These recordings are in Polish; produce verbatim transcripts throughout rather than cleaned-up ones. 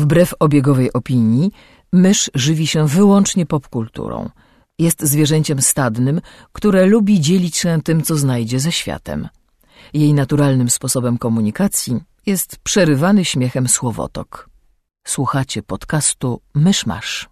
Wbrew obiegowej opinii, mysz żywi się wyłącznie popkulturą. Jest zwierzęciem stadnym, które lubi dzielić się tym, co znajdzie ze światem. Jej naturalnym sposobem komunikacji jest przerywany śmiechem słowotok. Słuchacie podcastu Mysz Masz.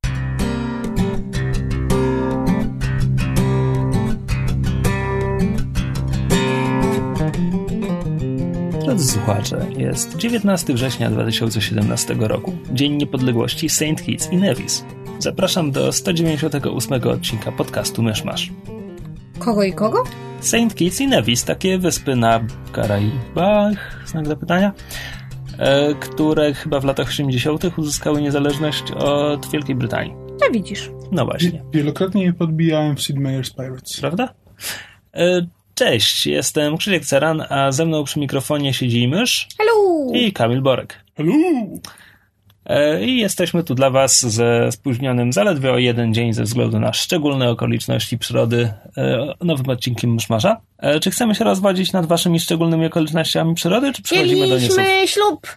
Drodzy słuchacze, jest dziewiętnastego września dwa tysiące siedemnastego roku, Dzień Niepodległości Saint Kitts i Nevis. Zapraszam do sto dziewięćdziesiątego ósmego odcinka podcastu Mysz Masz. Kogo i kogo? Saint Kitts i Nevis, takie wyspy na Karaibach, znak zapytania, e, które chyba w latach osiemdziesiątych uzyskały niezależność od Wielkiej Brytanii. Ja widzisz. No właśnie. Wielokrotnie je podbijałem w Sid Meier's Pirates. Prawda? E, Cześć, jestem Krzysiek Ceran, a ze mną przy mikrofonie siedzi mysz Hello! i Kamil Borek. Hello! E, I jesteśmy tu dla was ze spóźnionym zaledwie o jeden dzień ze względu na szczególne okoliczności przyrody e, nowym odcinkiem Myszmarza. E, czy chcemy się rozwodzić nad waszymi szczególnymi okolicznościami przyrody, czy przechodzimy do newsów? Mieliśmy ślub!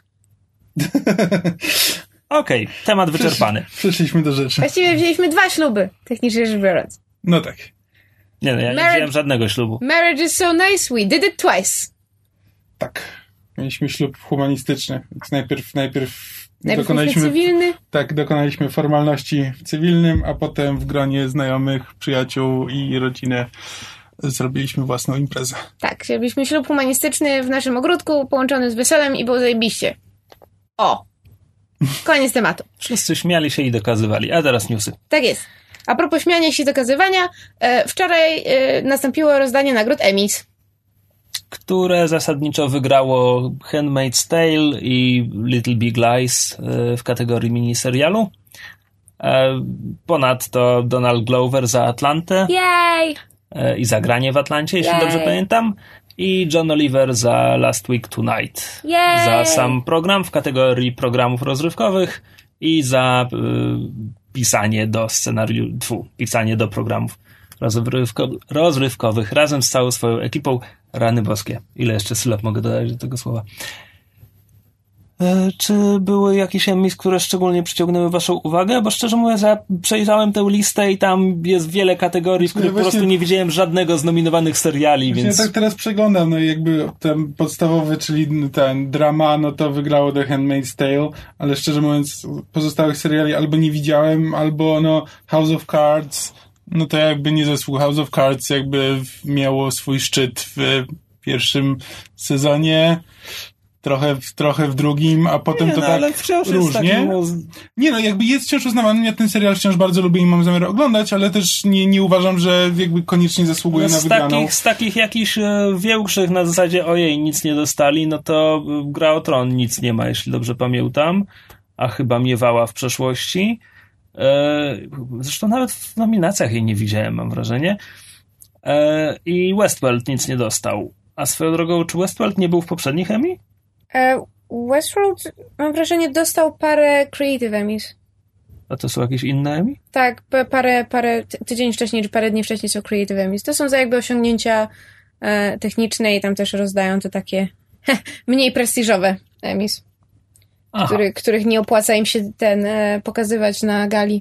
Okej, okay, temat wyczerpany. Przeszliśmy do rzeczy. Właściwie wzięliśmy dwa śluby, technicznie rzecz biorąc. No tak. Nie no, ja nie Marriage... wziąłem żadnego ślubu. Marriage is so nice, we did it twice. Tak. Mieliśmy ślub humanistyczny. Więc najpierw, najpierw, najpierw dokonaliśmy... cywilny. Tak, dokonaliśmy formalności w cywilnym, a potem w gronie znajomych, przyjaciół i rodziny zrobiliśmy własną imprezę. Tak, zrobiliśmy ślub humanistyczny w naszym ogródku, połączony z weselem i było zajebiście. O! Koniec tematu. Wszyscy śmiali się i dokazywali, a teraz newsy. Tak jest. A propos śmiania się i dokazywania, e, wczoraj e, nastąpiło rozdanie nagród Emmys. Które zasadniczo wygrało Handmaid's Tale i Little Big Lies e, w kategorii miniserialu. E, ponadto Donald Glover za Atlantę. Jej! E, I zagranie w Atlancie, jeśli Jej. dobrze pamiętam. I John Oliver za Last Week Tonight. Jej. Za sam program w kategorii programów rozrywkowych i za y, pisanie do scenariuszy, tfu, pisanie do programów rozrywko, rozrywkowych razem z całą swoją ekipą. Rany boskie. Ile jeszcze sylab mogę dodać do tego słowa? E, czy były jakieś Emmys, które szczególnie przyciągnęły waszą uwagę? Bo szczerze mówiąc, ja przejrzałem tę listę i tam jest wiele kategorii, w których właśnie, po prostu nie widziałem żadnego z nominowanych seriali, więc... Ja tak teraz przeglądam, no i jakby ten podstawowy, czyli ten drama, no to wygrało The Handmaid's Tale, ale szczerze mówiąc, pozostałych seriali albo nie widziałem, albo no House of Cards, no to jakby nie zespół House of Cards jakby miało swój szczyt w pierwszym sezonie, trochę w, trochę w drugim, a potem nie, to no, tak ale wciąż różnie. Jest taki, no... Nie no, jakby jest wciąż uznawany, ja ten serial wciąż bardzo lubię i mam zamiar oglądać, ale też nie, nie uważam, że jakby koniecznie zasługuje no, na z wygraną. Takich, z takich jakichś e, większych na zasadzie ojej, nic nie dostali, no to e, Gra o Tron nic nie ma, jeśli dobrze pamiętam, a chyba miewała w przeszłości. E, zresztą nawet w nominacjach jej nie widziałem, mam wrażenie. E, I Westworld nic nie dostał. A swoją drogą, czy Westworld nie był w poprzednich Emmy? E, Westworld, mam wrażenie, dostał parę Creative Emmys. A to są jakieś inne Emmy? Tak, p- parę, parę ty- tydzień wcześniej, czy parę dni wcześniej są Creative Emmys. To są za jakby osiągnięcia e, techniczne i tam też rozdają to takie heh, mniej prestiżowe Emmys, który, których nie opłaca im się ten e, pokazywać na gali.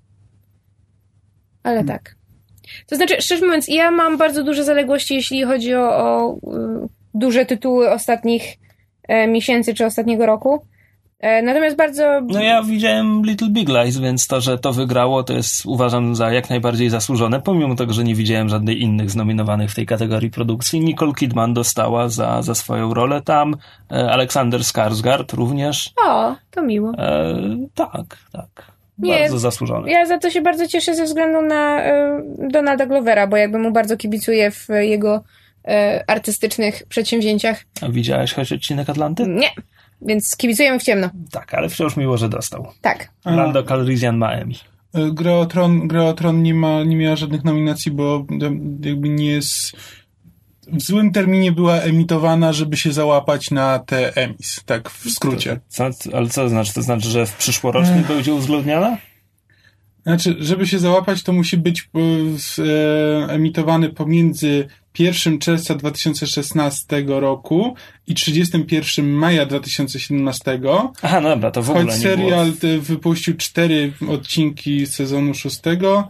Ale hmm. tak. To znaczy, szczerze mówiąc, ja mam bardzo duże zaległości, jeśli chodzi o, o y, duże tytuły ostatnich e, miesięcy czy ostatniego roku. E, natomiast bardzo... No ja widziałem Little Big Lies, więc to, że to wygrało, to jest uważam za jak najbardziej zasłużone, pomimo tego, że nie widziałem żadnej innych znominowanych w tej kategorii produkcji. Nicole Kidman dostała za, za swoją rolę tam, e, Alexander Skarsgård również. O, to miło. E, tak, tak. Nie, bardzo zasłużone. Ja za to się bardzo cieszę ze względu na e, Donalda Glovera, bo jakby mu bardzo kibicuję w jego e, artystycznych przedsięwzięciach. A widziałeś choć odcinek Atlanty? Nie, więc kibicujemy w ciemno. Tak, ale wciąż miło, że dostał. Tak. Lando Calrissian ma Emmy. Gra o Tron, Gra o Tron nie, ma, nie miała żadnych nominacji, bo jakby nie jest... W złym terminie była emitowana, żeby się załapać na te Emmys, tak w skrócie. Co, ale co to znaczy? To znaczy, że w przyszłorocznym będzie uwzględniana? Znaczy, żeby się załapać, to musi być e, emitowany pomiędzy pierwszego czerwca dwa tysiące szesnastego roku i trzydziestego pierwszego maja dwa tysiące siedemnastego. Aha, no dobra, to w ogóle Choć nie serial było. te wypuścił cztery odcinki sezonu szóstego.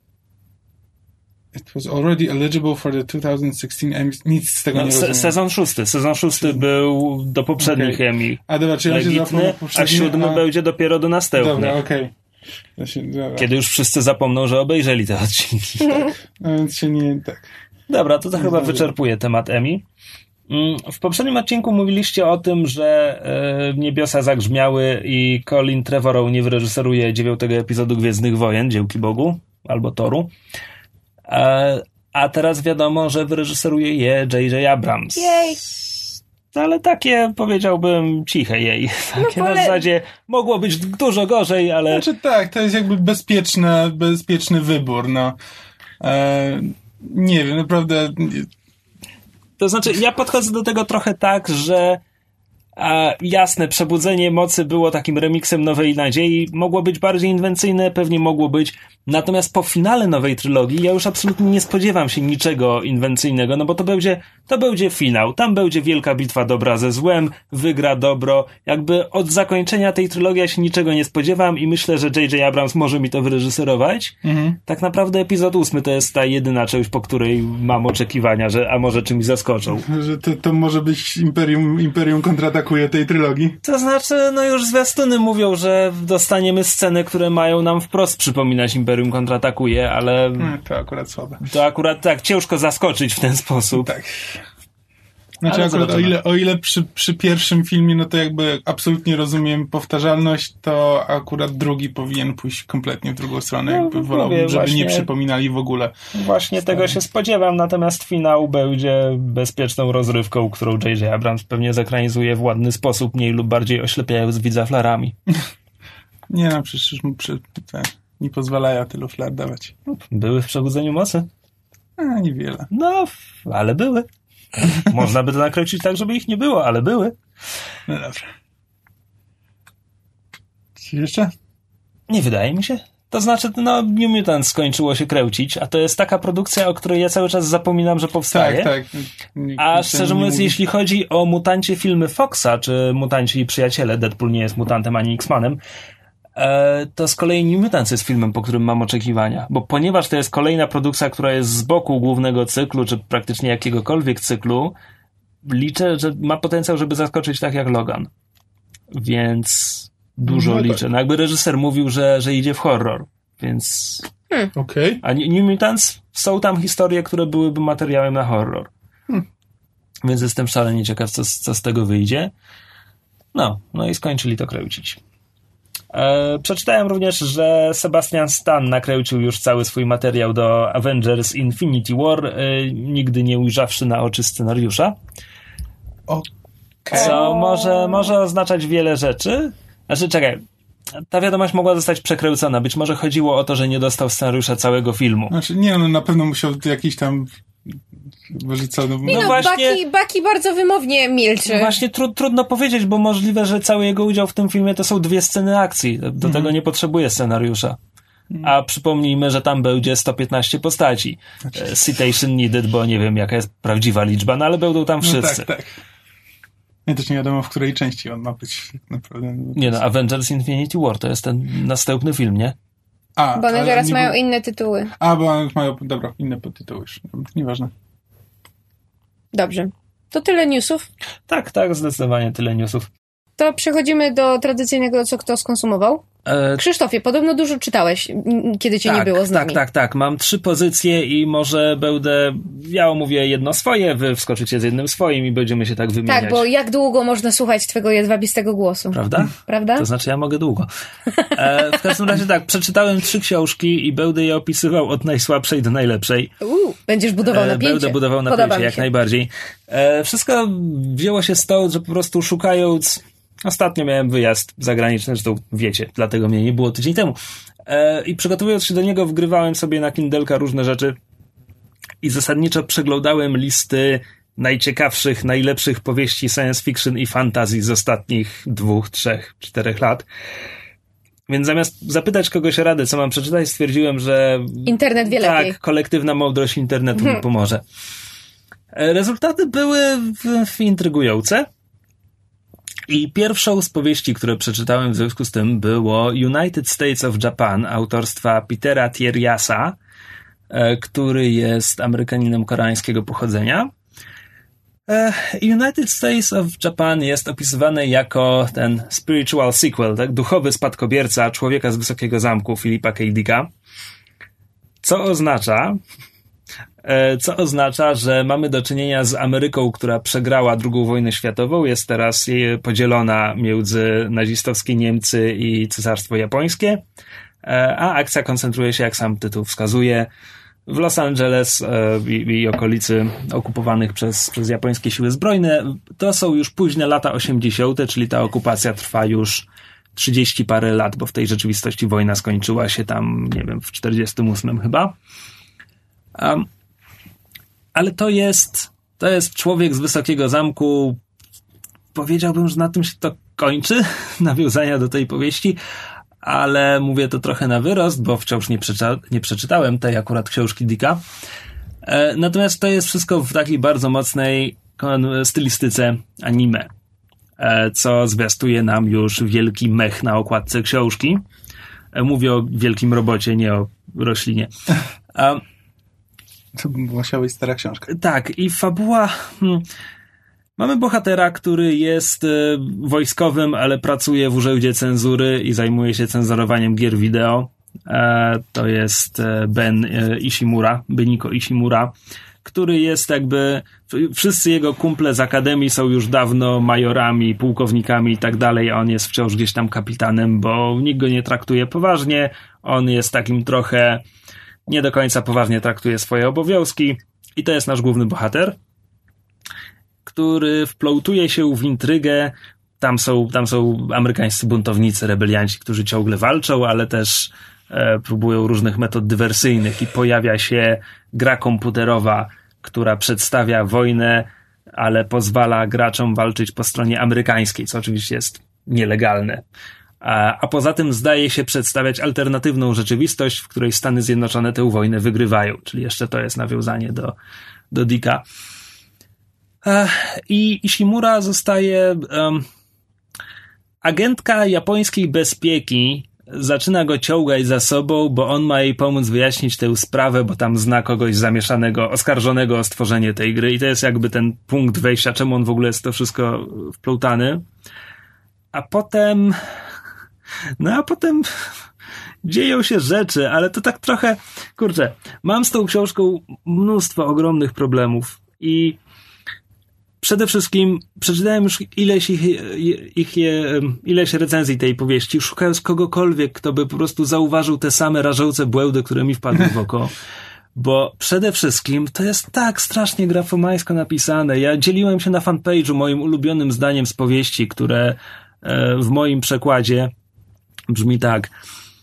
It was already eligible for the two thousand sixteen Emmys. Nic z tego No, nie se- rozumiem. sezon szósty. Sezon szósty Czyli- był do poprzednich Okej. Emmy. A dobra, czyli on się załapał Legitny, na a poprzednie, siódmy a... będzie dopiero do następnych. Dobra, okej. To się- dobra. Kiedy już wszyscy zapomną, że obejrzeli te odcinki. No więc się nie... Tak. Dobra, to, to chyba Dobra. wyczerpuje temat Emmy. Mm, W poprzednim odcinku mówiliście o tym, że e, niebiosa zagrzmiały i Colin Trevorrow nie wyreżyseruje dziewiątego epizodu Gwiezdnych Wojen, Dziełki Bogu, albo Toru. E, a teraz wiadomo, że wyreżyseruje je J J Abrams. Jej. Ale takie, powiedziałbym, ciche jej. Takie No, na ale- zasadzie mogło być dużo gorzej, ale... Znaczy tak, to jest jakby bezpieczne, bezpieczny wybór, no. E, nie wiem, naprawdę... To znaczy, ja podchodzę do tego trochę tak, że a, jasne, Przebudzenie Mocy było takim remiksem Nowej Nadziei, mogło być bardziej inwencyjne, pewnie mogło być, natomiast po finale nowej trylogii ja już absolutnie nie spodziewam się niczego inwencyjnego, no bo to będzie, to będzie finał, tam będzie wielka bitwa dobra ze złem, wygra dobro, jakby od zakończenia tej trylogii ja się niczego nie spodziewam i myślę, że J J Abrams może mi to wyreżyserować. Mhm. Tak naprawdę epizod ósmy to jest ta jedyna część, po której mam oczekiwania, że a może czymś zaskoczą. Że to, to może być Imperium, Imperium kontratakuje tej trylogii. To znaczy, no już zwiastuny mówią, że dostaniemy sceny, które mają nam wprost przypominać Imperium kontratakuje, ale No, to akurat słabe. to akurat tak ciężko zaskoczyć w ten sposób. Tak. Znaczy Ale akurat o zobaczymy. ile, o ile przy, przy pierwszym filmie, no to jakby absolutnie rozumiem powtarzalność, to akurat drugi powinien pójść kompletnie w drugą stronę. No, Jakby mówię, wolałbym, żeby właśnie- nie przypominali w ogóle. Właśnie tego się spodziewam, natomiast finał będzie bezpieczną rozrywką, którą J J Abrams pewnie zekranizuje w ładny sposób, mniej lub bardziej oślepiając widza flarami. Nie no, przecież mu przy, te, nie pozwalają tylu flar dawać. Były w Przebudzeniu Mocy? A, niewiele. No, ale były. Można by to nakręcić tak, żeby ich nie było, ale były. No dobra. Coś jeszcze? Nie wydaje mi się. To znaczy, no, New Mutants skończyło się kręcić, a to jest taka produkcja, o której ja cały czas zapominam, że powstaje. Tak, tak. Nikt- A nikt szczerze nie mówiąc, mówi. jeśli chodzi o mutancie filmy Foxa, czy Mutanci i Przyjaciele, Deadpool nie jest mutantem ani X-Manem, e, to z kolei New Mutants jest filmem, po którym mam oczekiwania. Bo ponieważ to jest kolejna produkcja, która jest z boku głównego cyklu, czy praktycznie jakiegokolwiek cyklu, liczę, że ma potencjał, żeby zaskoczyć tak jak Logan. Więc dużo No tak. liczę. No jakby reżyser mówił, że, że idzie w horror. Więc... Okej. A New Mutants są tam historie, które byłyby materiałem na horror. Hmm. Więc jestem szalenie ciekaw, co, co z tego wyjdzie. No, no i skończyli to kręcić. E, przeczytałem również, że Sebastian Stan nakręcił już cały swój materiał do Avengers Infinity War, e, nigdy nie ujrzawszy na oczy scenariusza. Okej. Co może, może oznaczać wiele rzeczy. Znaczy, czekaj. Ta wiadomość mogła zostać przekręcona. Być może chodziło o to, że nie dostał scenariusza całego filmu. Znaczy, nie, no na pewno musiał jakiś tam... Boże, co, no, I No no, właśnie- Bucky, Bucky bardzo wymownie milczy. No właśnie tru, trudno powiedzieć, bo możliwe, że cały jego udział w tym filmie to są dwie sceny akcji. Do Mhm. tego nie potrzebuje scenariusza. A przypomnijmy, że tam będzie sto piętnaście postaci. Znaczy- E, Citation needed, bo nie wiem jaka jest prawdziwa liczba, no ale będą tam no wszyscy. tak, tak. Nie, też nie wiadomo, w której części on ma być tak naprawdę. Nie no, Avengers Infinity War to jest ten następny film, nie? A, Bo one ale teraz nie mają był- inne tytuły. A, bo one mają, dobra, inne podtytuły już. Nieważne. Dobrze. To tyle newsów. Tak, tak, zdecydowanie tyle newsów. To przechodzimy do tradycyjnego, co kto skonsumował. E, Krzysztofie, podobno dużo czytałeś, m, kiedy cię tak, nie było z nami. Tak, tak, tak. Mam trzy pozycje i może będę, ja omówię jedno swoje, wy wskoczycie z jednym swoim i będziemy się tak wymieniać. Tak, bo jak długo można słuchać twego jedwabistego głosu? Prawda? Prawda? To znaczy ja mogę długo. E, w każdym razie tak, przeczytałem trzy książki i będę je opisywał od najsłabszej do najlepszej. Uuu, będziesz budował E, napięcie. Będę budował Podoba napięcie, mi jak się. najbardziej. E, wszystko wzięło się stąd, że po prostu szukając... Ostatnio miałem wyjazd zagraniczny, zresztą wiecie, dlatego mnie nie było tydzień temu. E, I przygotowując się do niego, wgrywałem sobie na Kindle'ka różne rzeczy i zasadniczo przeglądałem listy najciekawszych, najlepszych powieści science fiction i fantasy z ostatnich dwóch, trzech, czterech lat. Więc zamiast zapytać kogoś o radę, co mam przeczytać, stwierdziłem, że internet wie tak, lepiej. kolektywna mądrość internetu mi pomoże. Rezultaty były w, w intrygujące. I pierwszą z powieści, które przeczytałem w związku z tym, było United States of Japan autorstwa Petera Thierryasa, który jest Amerykaninem koreańskiego pochodzenia. United States of Japan jest opisywany jako ten spiritual sequel, tak? Duchowy spadkobierca Człowieka z Wysokiego Zamku Philippa K. Dicka. Co oznacza, co oznacza, że mamy do czynienia z Ameryką, która przegrała drugą wojnę światową, jest teraz podzielona między nazistowskie Niemcy i Cesarstwo Japońskie, a akcja koncentruje się, jak sam tytuł wskazuje, w Los Angeles i, i okolicy okupowanych przez, przez japońskie siły zbrojne. To są już późne lata osiemdziesiąte, czyli ta okupacja trwa już trzydzieści parę lat, bo w tej rzeczywistości wojna skończyła się tam, nie wiem, w czterdziestym ósmym chyba. Um, ale to jest, to jest Człowiek z Wysokiego Zamku. Powiedziałbym, że na tym się to kończy, nawiązania do tej powieści, ale mówię to trochę na wyrost, bo wciąż nie, przeczyta, nie przeczytałem tej akurat książki Dicka. E, natomiast to jest wszystko w takiej bardzo mocnej stylistyce anime, e, co zwiastuje nam już wielki mech na okładce książki. E, mówię o wielkim robocie, nie o roślinie. E, to musiała być stara książka. Tak, i fabuła... Hmm, mamy bohatera, który jest y, wojskowym, ale pracuje w urzędzie cenzury i zajmuje się cenzurowaniem gier wideo. E, to jest Ben e, Ishimura, Beniko Ishimura, który jest jakby... Wszyscy jego kumple z akademii są już dawno majorami, pułkownikami i tak dalej, a on jest wciąż gdzieś tam kapitanem, bo nikt go nie traktuje poważnie. On jest takim trochę... nie do końca poważnie traktuje swoje obowiązki i to jest nasz główny bohater, który wplątuje się w intrygę. Tam są, tam są amerykańscy buntownicy, rebelianci, którzy ciągle walczą, ale też e, próbują różnych metod dywersyjnych i pojawia się gra komputerowa, która przedstawia wojnę, ale pozwala graczom walczyć po stronie amerykańskiej, co oczywiście jest nielegalne. A, a poza tym zdaje się przedstawiać alternatywną rzeczywistość, w której Stany Zjednoczone tę wojnę wygrywają, czyli jeszcze to jest nawiązanie do, do Dicka. I Ishimura zostaje um, agentka japońskiej bezpieki, zaczyna go ciągać za sobą, bo on ma jej pomóc wyjaśnić tę sprawę, bo tam zna kogoś zamieszanego, oskarżonego o stworzenie tej gry i to jest jakby ten punkt wejścia, czemu on w ogóle jest to wszystko wplątany. A potem no a potem dzieją się rzeczy, ale to tak trochę, kurczę, mam z tą książką mnóstwo ogromnych problemów i przede wszystkim przeczytałem już ileś, ich, ich, ileś recenzji tej powieści, szukając kogokolwiek, kto by po prostu zauważył te same rażące błędy, które mi wpadły w oko. Bo przede wszystkim to jest tak strasznie grafomańsko napisane. Ja dzieliłem się na fanpage'u moim ulubionym zdaniem z powieści, które w moim przekładzie brzmi tak.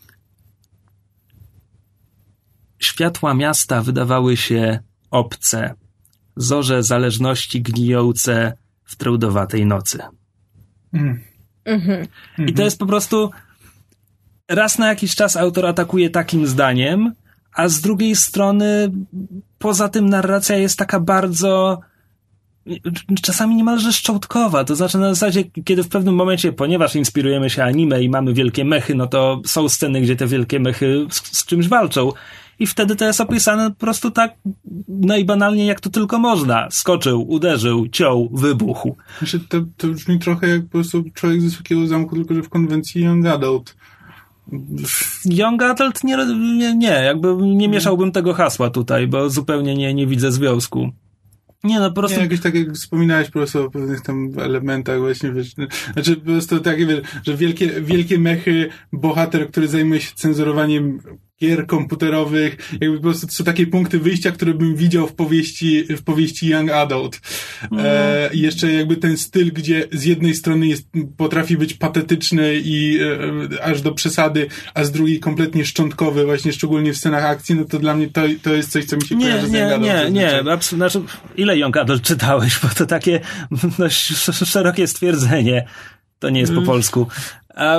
Światła miasta wydawały się obce. Zorze zależności gnijące w trędowatej nocy. Mm. Mm-hmm. I to jest po prostu raz na jakiś czas autor atakuje takim zdaniem, a z drugiej strony poza tym narracja jest taka bardzo czasami niemalże szczątkowa. To znaczy na zasadzie, kiedy w pewnym momencie, ponieważ inspirujemy się anime i mamy wielkie mechy, no to są sceny, gdzie te wielkie mechy z, z czymś walczą. I wtedy to jest opisane po prostu tak najbanalniej, jak to tylko można. Skoczył, uderzył, ciął, wybuchł. Znaczy, to, to brzmi trochę jak po prostu Człowiek z Wysokiego Zamku, tylko że w konwencji Young Adult. Young Adult nie, nie, nie, jakby nie mieszałbym tego hasła tutaj, bo zupełnie nie, nie widzę związku. Nie, no po prostu... Nie, jakieś tak jak wspominałeś po prostu o pewnych tam elementach właśnie, wiesz, znaczy po prostu takie, wiesz, że wielkie, wielkie mechy, bohater, który zajmuje się cenzurowaniem gier komputerowych, jakby po prostu to są takie punkty wyjścia, które bym widział w powieści, w powieści Young Adult. Mm. E, I jeszcze jakby ten styl, gdzie z jednej strony jest, potrafi być patetyczny i e, aż do przesady, a z drugiej kompletnie szczątkowy, właśnie szczególnie w scenach akcji, no to dla mnie to, to jest coś, co mi się nie, kojarzy z nie, Young Adult. Nie, nie, nie, absolutnie. Znaczy, ile Young Adult czytałeś? Bo to takie no, szerokie stwierdzenie. To nie jest po polsku. Um,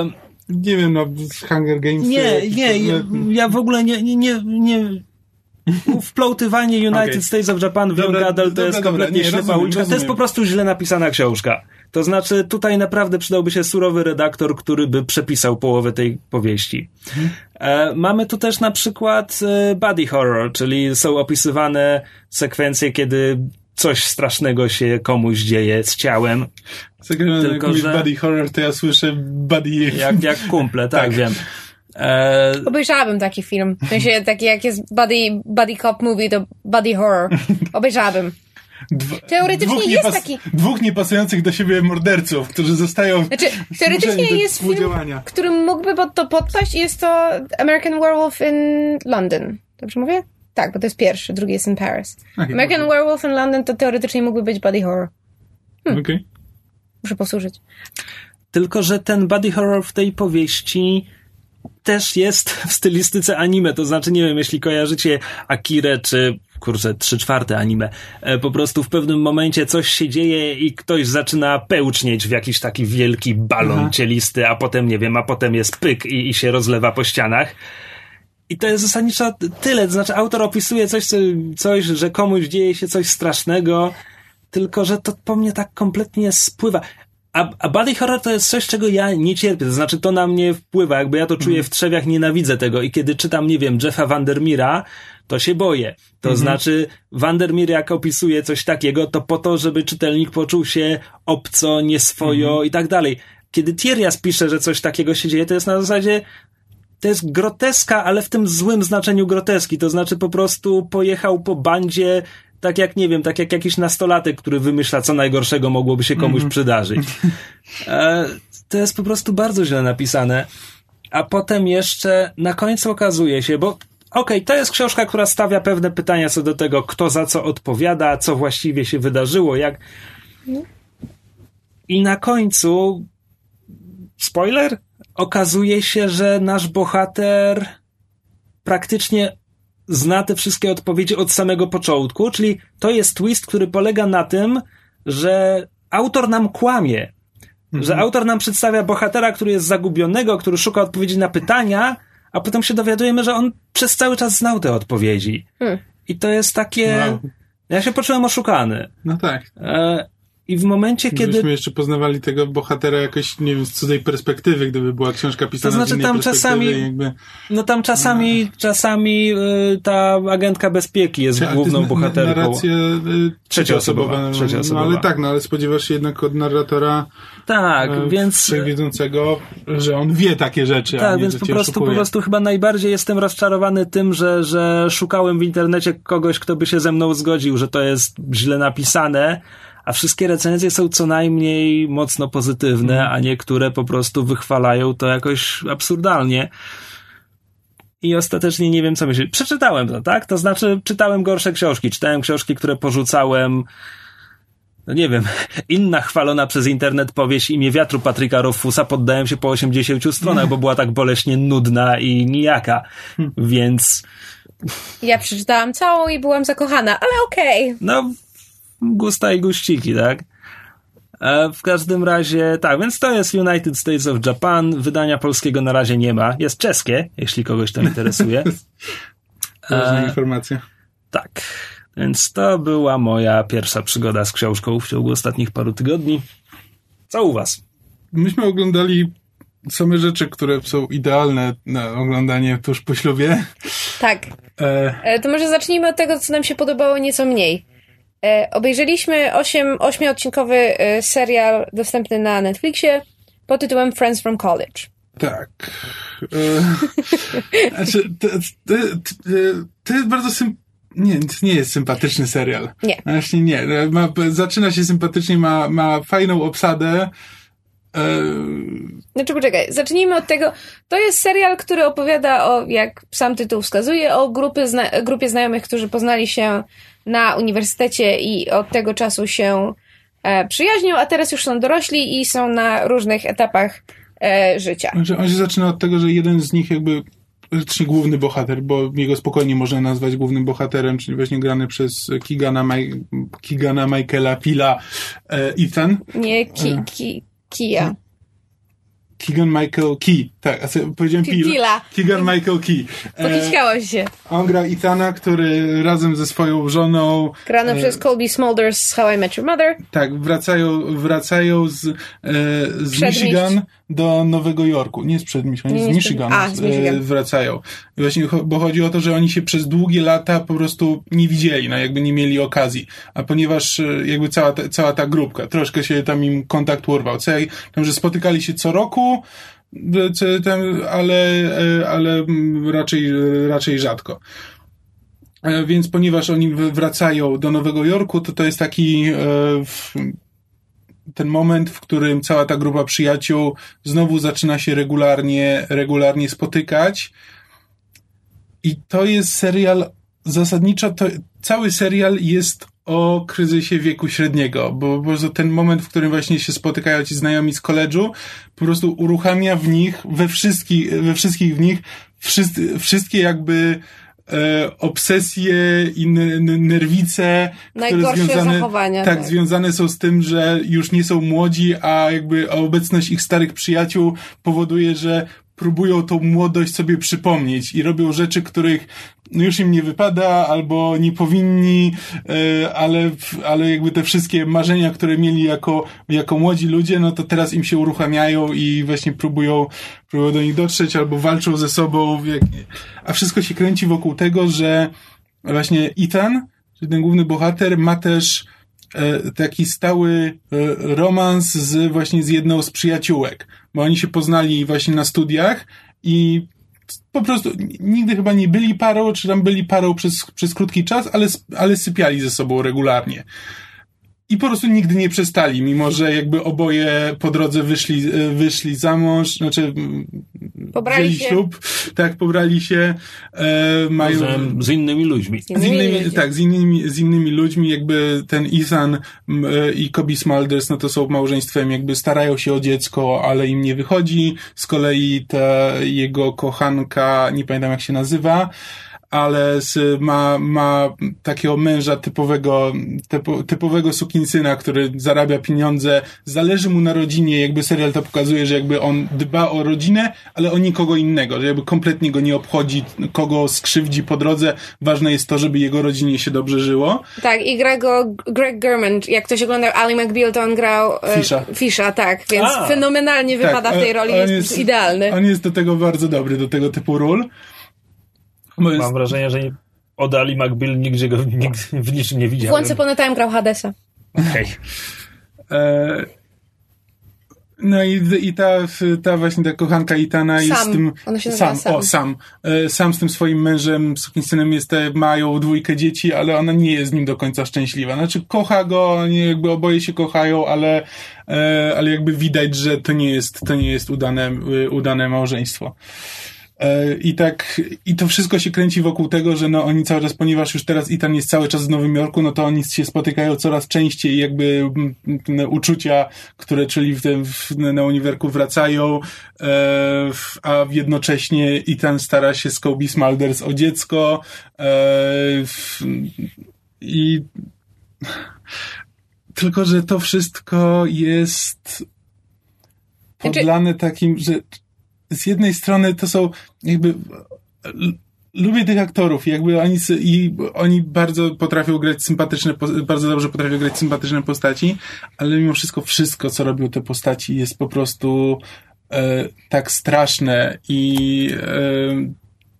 nie wiem, no Hunger Games... Nie, nie, ja, ja w ogóle nie, nie, nie, nie wplątywanie United okay. States of Japan w Young Adult to jest kompletnie ślepa uliczka. To jest po prostu źle napisana książka. To znaczy tutaj naprawdę przydałby się surowy redaktor, który by przepisał połowę tej powieści. Hmm. E, mamy tu też na przykład e, body horror, czyli są opisywane sekwencje, kiedy coś strasznego się komuś dzieje z ciałem. Zagrałem Tylko, że body horror, to ja słyszę body... Jak, jak kumple, tak, tak. wiem. E... Obejrzałabym taki film. W sensie taki jak jest buddy, buddy cop movie, to body horror. Obejrzałabym. Dwa, teoretycznie jest niepas- taki... Dwóch niepasujących do siebie morderców, którzy zostają... Znaczy, teoretycznie jest film, którym mógłby pod to podpaść i jest to American Werewolf in London. Dobrze mówię? Tak, bo to jest pierwszy, drugi jest in Paris. Okay, American okay. Werewolf in London to teoretycznie mógłby być body horror. Hmm. Okej. Okay. Muszę posłużyć. Tylko, że ten body horror w tej powieści też jest w stylistyce anime, to znaczy, nie wiem, jeśli kojarzycie Akirę, czy kurczę, trzy czwarte anime, po prostu w pewnym momencie coś się dzieje i ktoś zaczyna pełcznieć w jakiś taki wielki balon Aha. cielisty, a potem, nie wiem, a potem jest pyk i, i się rozlewa po ścianach. I to jest zasadniczo tyle, to znaczy autor opisuje coś, coś, że komuś dzieje się coś strasznego, tylko że to po mnie tak kompletnie spływa. A, a body horror to jest coś, czego ja nie cierpię, to znaczy to na mnie wpływa, jakby ja to czuję mm. w Trzewiach, nienawidzę tego i kiedy czytam, nie wiem, Jeffa Vandermeera, to się boję. To mm-hmm. znaczy Vandermeer jak opisuje coś takiego, to po to, żeby czytelnik poczuł się obco, nieswojo mm-hmm. i tak dalej. Kiedy Thierryas pisze, że coś takiego się dzieje, to jest na zasadzie to jest groteska, ale w tym złym znaczeniu groteski, to znaczy po prostu pojechał po bandzie tak jak, nie wiem, tak jak jakiś nastolatek, który wymyśla, co najgorszego mogłoby się komuś mm-hmm. przydarzyć. E, to jest po prostu bardzo źle napisane. A potem jeszcze na końcu okazuje się, bo okej, okay, to jest książka, która stawia pewne pytania co do tego, kto za co odpowiada, co właściwie się wydarzyło, jak... I na końcu spoiler? Okazuje się, że nasz bohater praktycznie zna te wszystkie odpowiedzi od samego początku, czyli to jest twist, który polega na tym, że autor nam kłamie. Mhm. Że autor nam przedstawia bohatera, który jest zagubionego, który szuka odpowiedzi na pytania, a potem się dowiadujemy, że on przez cały czas znał te odpowiedzi. Hmm. I to jest takie... Wow. Ja się poczułem oszukany. No tak. E... I w momencie, kiedy... Gdybyśmy jeszcze poznawali tego bohatera jakoś, nie wiem, z cudzej perspektywy, gdyby była książka pisana to znaczy, z tam czasami, jakby... no tam czasami, no. czasami y, ta agentka bezpieki jest Czy, główną bohaterką. Narrację y, trzecioosobowa. trzecioosobowa. No ale tak, no ale spodziewasz się jednak od narratora tak, y, więc wszechwiedzącego, że on wie takie rzeczy, tak, a nie, więc że po cię prostu, oszukuje. po prostu chyba najbardziej jestem rozczarowany tym, że, że szukałem w internecie kogoś, kto by się ze mną zgodził, że to jest źle napisane, a wszystkie recenzje są co najmniej mocno pozytywne, mm. a niektóre po prostu wychwalają to jakoś absurdalnie. I ostatecznie nie wiem, co myśleć. Przeczytałem to, tak? To znaczy, czytałem gorsze książki. Czytałem książki, które porzucałem. No nie wiem, inna chwalona przez internet powieść Imię wiatru Patryka Rothfusa poddałem się po osiemdziesięciu stronach, bo była tak boleśnie nudna i nijaka. Więc... Ja przeczytałam całą i byłam zakochana, ale okej. Okay. No... gusta i guściki, tak? E, w każdym razie, tak, więc to jest United States of Japan. Wydania polskiego na razie nie ma. Jest czeskie, jeśli kogoś to interesuje. Ważna e, informacja. Tak, więc to była moja pierwsza przygoda z książką w ciągu ostatnich paru tygodni. Co u was? Myśmy oglądali same rzeczy, które są idealne na oglądanie tuż po ślubie. Tak. E... To może zacznijmy od tego, co nam się podobało nieco mniej. E, obejrzeliśmy osiem, ośmiodcinkowy e, serial dostępny na Netflixie pod tytułem Friends from College. Tak. E, znaczy, to, to, to, to jest bardzo sym... Nie, to nie jest sympatyczny serial. Nie. Właśnie nie. Ma, zaczyna się sympatycznie, ma, ma fajną obsadę. E... Znaczy poczekaj, zacznijmy od tego. To jest serial, który opowiada o, jak sam tytuł wskazuje, o grupy zna- grupie znajomych, którzy poznali się na uniwersytecie i od tego czasu się e, przyjaźnią, a teraz już są dorośli i są na różnych etapach e, życia. Znaczy, on się zaczyna od tego, że jeden z nich jakby, czyli główny bohater, bo jego spokojnie można nazwać głównym bohaterem, czyli właśnie grany przez Keegana, Maj- Keegana Michaela Pila e, Ethan. Nie, ki, ki, Kia. Keegan Michael Key. Tak, a powiedziałem Pil. Pila. Keegan Michael Key. Pokićkało się. On gra Ethana, który razem ze swoją żoną... Grany e, przez Colby Smulders z How I Met Your Mother. Tak, wracają, wracają z, e, z Michigan do Nowego Jorku. Nie z Przedmieścia, nie, z Michigan. A, z Michigan. E, wracają. I właśnie, bo chodzi o to, że oni się przez długie lata po prostu nie widzieli, no jakby nie mieli okazji. A ponieważ jakby cała ta, cała ta grupka, troszkę się tam im kontakt urwał. Tam, że spotykali się co roku, ale, ale raczej, raczej rzadko. Więc ponieważ oni wracają do Nowego Jorku, to to jest taki ten moment, w którym cała ta grupa przyjaciół znowu zaczyna się regularnie, regularnie spotykać. I to jest serial, zasadniczo to cały serial jest o kryzysie wieku średniego, bo po prostu ten moment, w którym właśnie się spotykają ci znajomi z koledżu, po prostu uruchamia w nich, we wszystkich, we wszystkich w nich, wszyscy, wszystkie jakby e, obsesje i n- nerwice, najgorsze które związane, zachowania. Tak, tak, związane są z tym, że już nie są młodzi, a jakby obecność ich starych przyjaciół powoduje, że próbują tą młodość sobie przypomnieć i robią rzeczy, których no już im nie wypada, albo nie powinni, ale, ale jakby te wszystkie marzenia, które mieli jako, jako młodzi ludzie, no to teraz im się uruchamiają i właśnie próbują, próbują do nich dotrzeć, albo walczą ze sobą, a wszystko się kręci wokół tego, że właśnie Ethan, czyli ten główny bohater, ma też taki stały romans z właśnie z jedną z przyjaciółek, bo oni się poznali właśnie na studiach i po prostu nigdy chyba nie byli parą, czy tam byli parą przez, przez krótki czas, ale, ale sypiali ze sobą regularnie. I po prostu nigdy nie przestali, mimo że jakby oboje po drodze wyszli, wyszli za mąż, znaczy pobrali wzięli się. ślub, tak, pobrali się, e, mają... Z, z innymi ludźmi. Z innymi, z innymi ludźmi. Tak, z innymi, z innymi ludźmi, jakby ten Ethan m, i Cobie Smulders, no to są małżeństwem, jakby starają się o dziecko, ale im nie wychodzi. Z kolei ta jego kochanka, nie pamiętam jak się nazywa, ale z, ma, ma takiego męża typowego, typu, typowego sukinsyna, który zarabia pieniądze, zależy mu na rodzinie, jakby serial to pokazuje, że jakby on dba o rodzinę, ale o nikogo innego, że jakby kompletnie go nie obchodzi, kogo skrzywdzi po drodze, ważne jest to, żeby jego rodzinie się dobrze żyło. Tak, i gra go Greg German, jak ktoś oglądał Ally McBeal, to on grał Fisha, e, Fisha tak, więc A. fenomenalnie tak, wypada w tej roli, jest, jest idealny. On jest do tego bardzo dobry, do tego typu ról. Mam jest... wrażenie, że od Ali McBeal nigdzie go nigdy w niczym nie widziałem. W Once Upon a Time grał Hadesa. Okej. Okay. No i, i ta, ta właśnie ta kochanka Ethana jest z tym... Ona się nazywa Sam. Sam. O, Sam. Sam z tym swoim mężem, sukinsynem jest, mają dwójkę dzieci, ale ona nie jest z nim do końca szczęśliwa. Znaczy kocha go, oni jakby oboje się kochają, ale, ale jakby widać, że to nie jest, to nie jest udane, udane małżeństwo. I tak, i to wszystko się kręci wokół tego, że no oni cały czas, ponieważ już teraz Ethan jest cały czas w Nowym Jorku, no to oni się spotykają coraz częściej, jakby te uczucia, które czyli w tym, w, na uniwerku wracają, e, a jednocześnie Ethan stara się z Cobie Smulders o dziecko e, w, i tylko, że to wszystko jest podlane takim, że z jednej strony to są jakby l- lubię tych aktorów, jakby oni i oni bardzo potrafią grać sympatyczne, bardzo dobrze potrafią grać sympatyczne postaci, ale mimo wszystko wszystko, co robią te postaci jest po prostu e, tak straszne i e,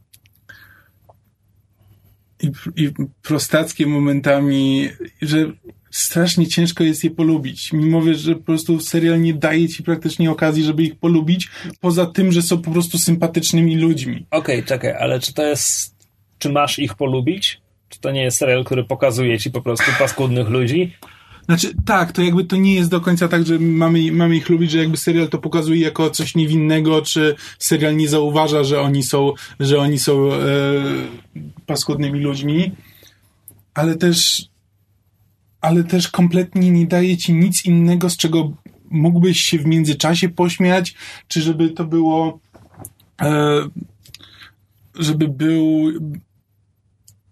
i, i prostackie momentami, że strasznie ciężko jest je polubić. Mimo, że po prostu serial nie daje ci praktycznie okazji, żeby ich polubić, poza tym, że są po prostu sympatycznymi ludźmi. Okej, okay, czekaj, ale czy to jest... Czy masz ich polubić? Czy to nie jest serial, który pokazuje ci po prostu paskudnych ludzi? Znaczy, tak, to jakby to nie jest do końca tak, że mamy, mamy ich lubić, że jakby serial to pokazuje jako coś niewinnego, czy serial nie zauważa, że oni są, że oni są e, paskudnymi ludźmi, ale też ale też kompletnie nie daje ci nic innego, z czego mógłbyś się w międzyczasie pośmiać, czy żeby to było e, żeby był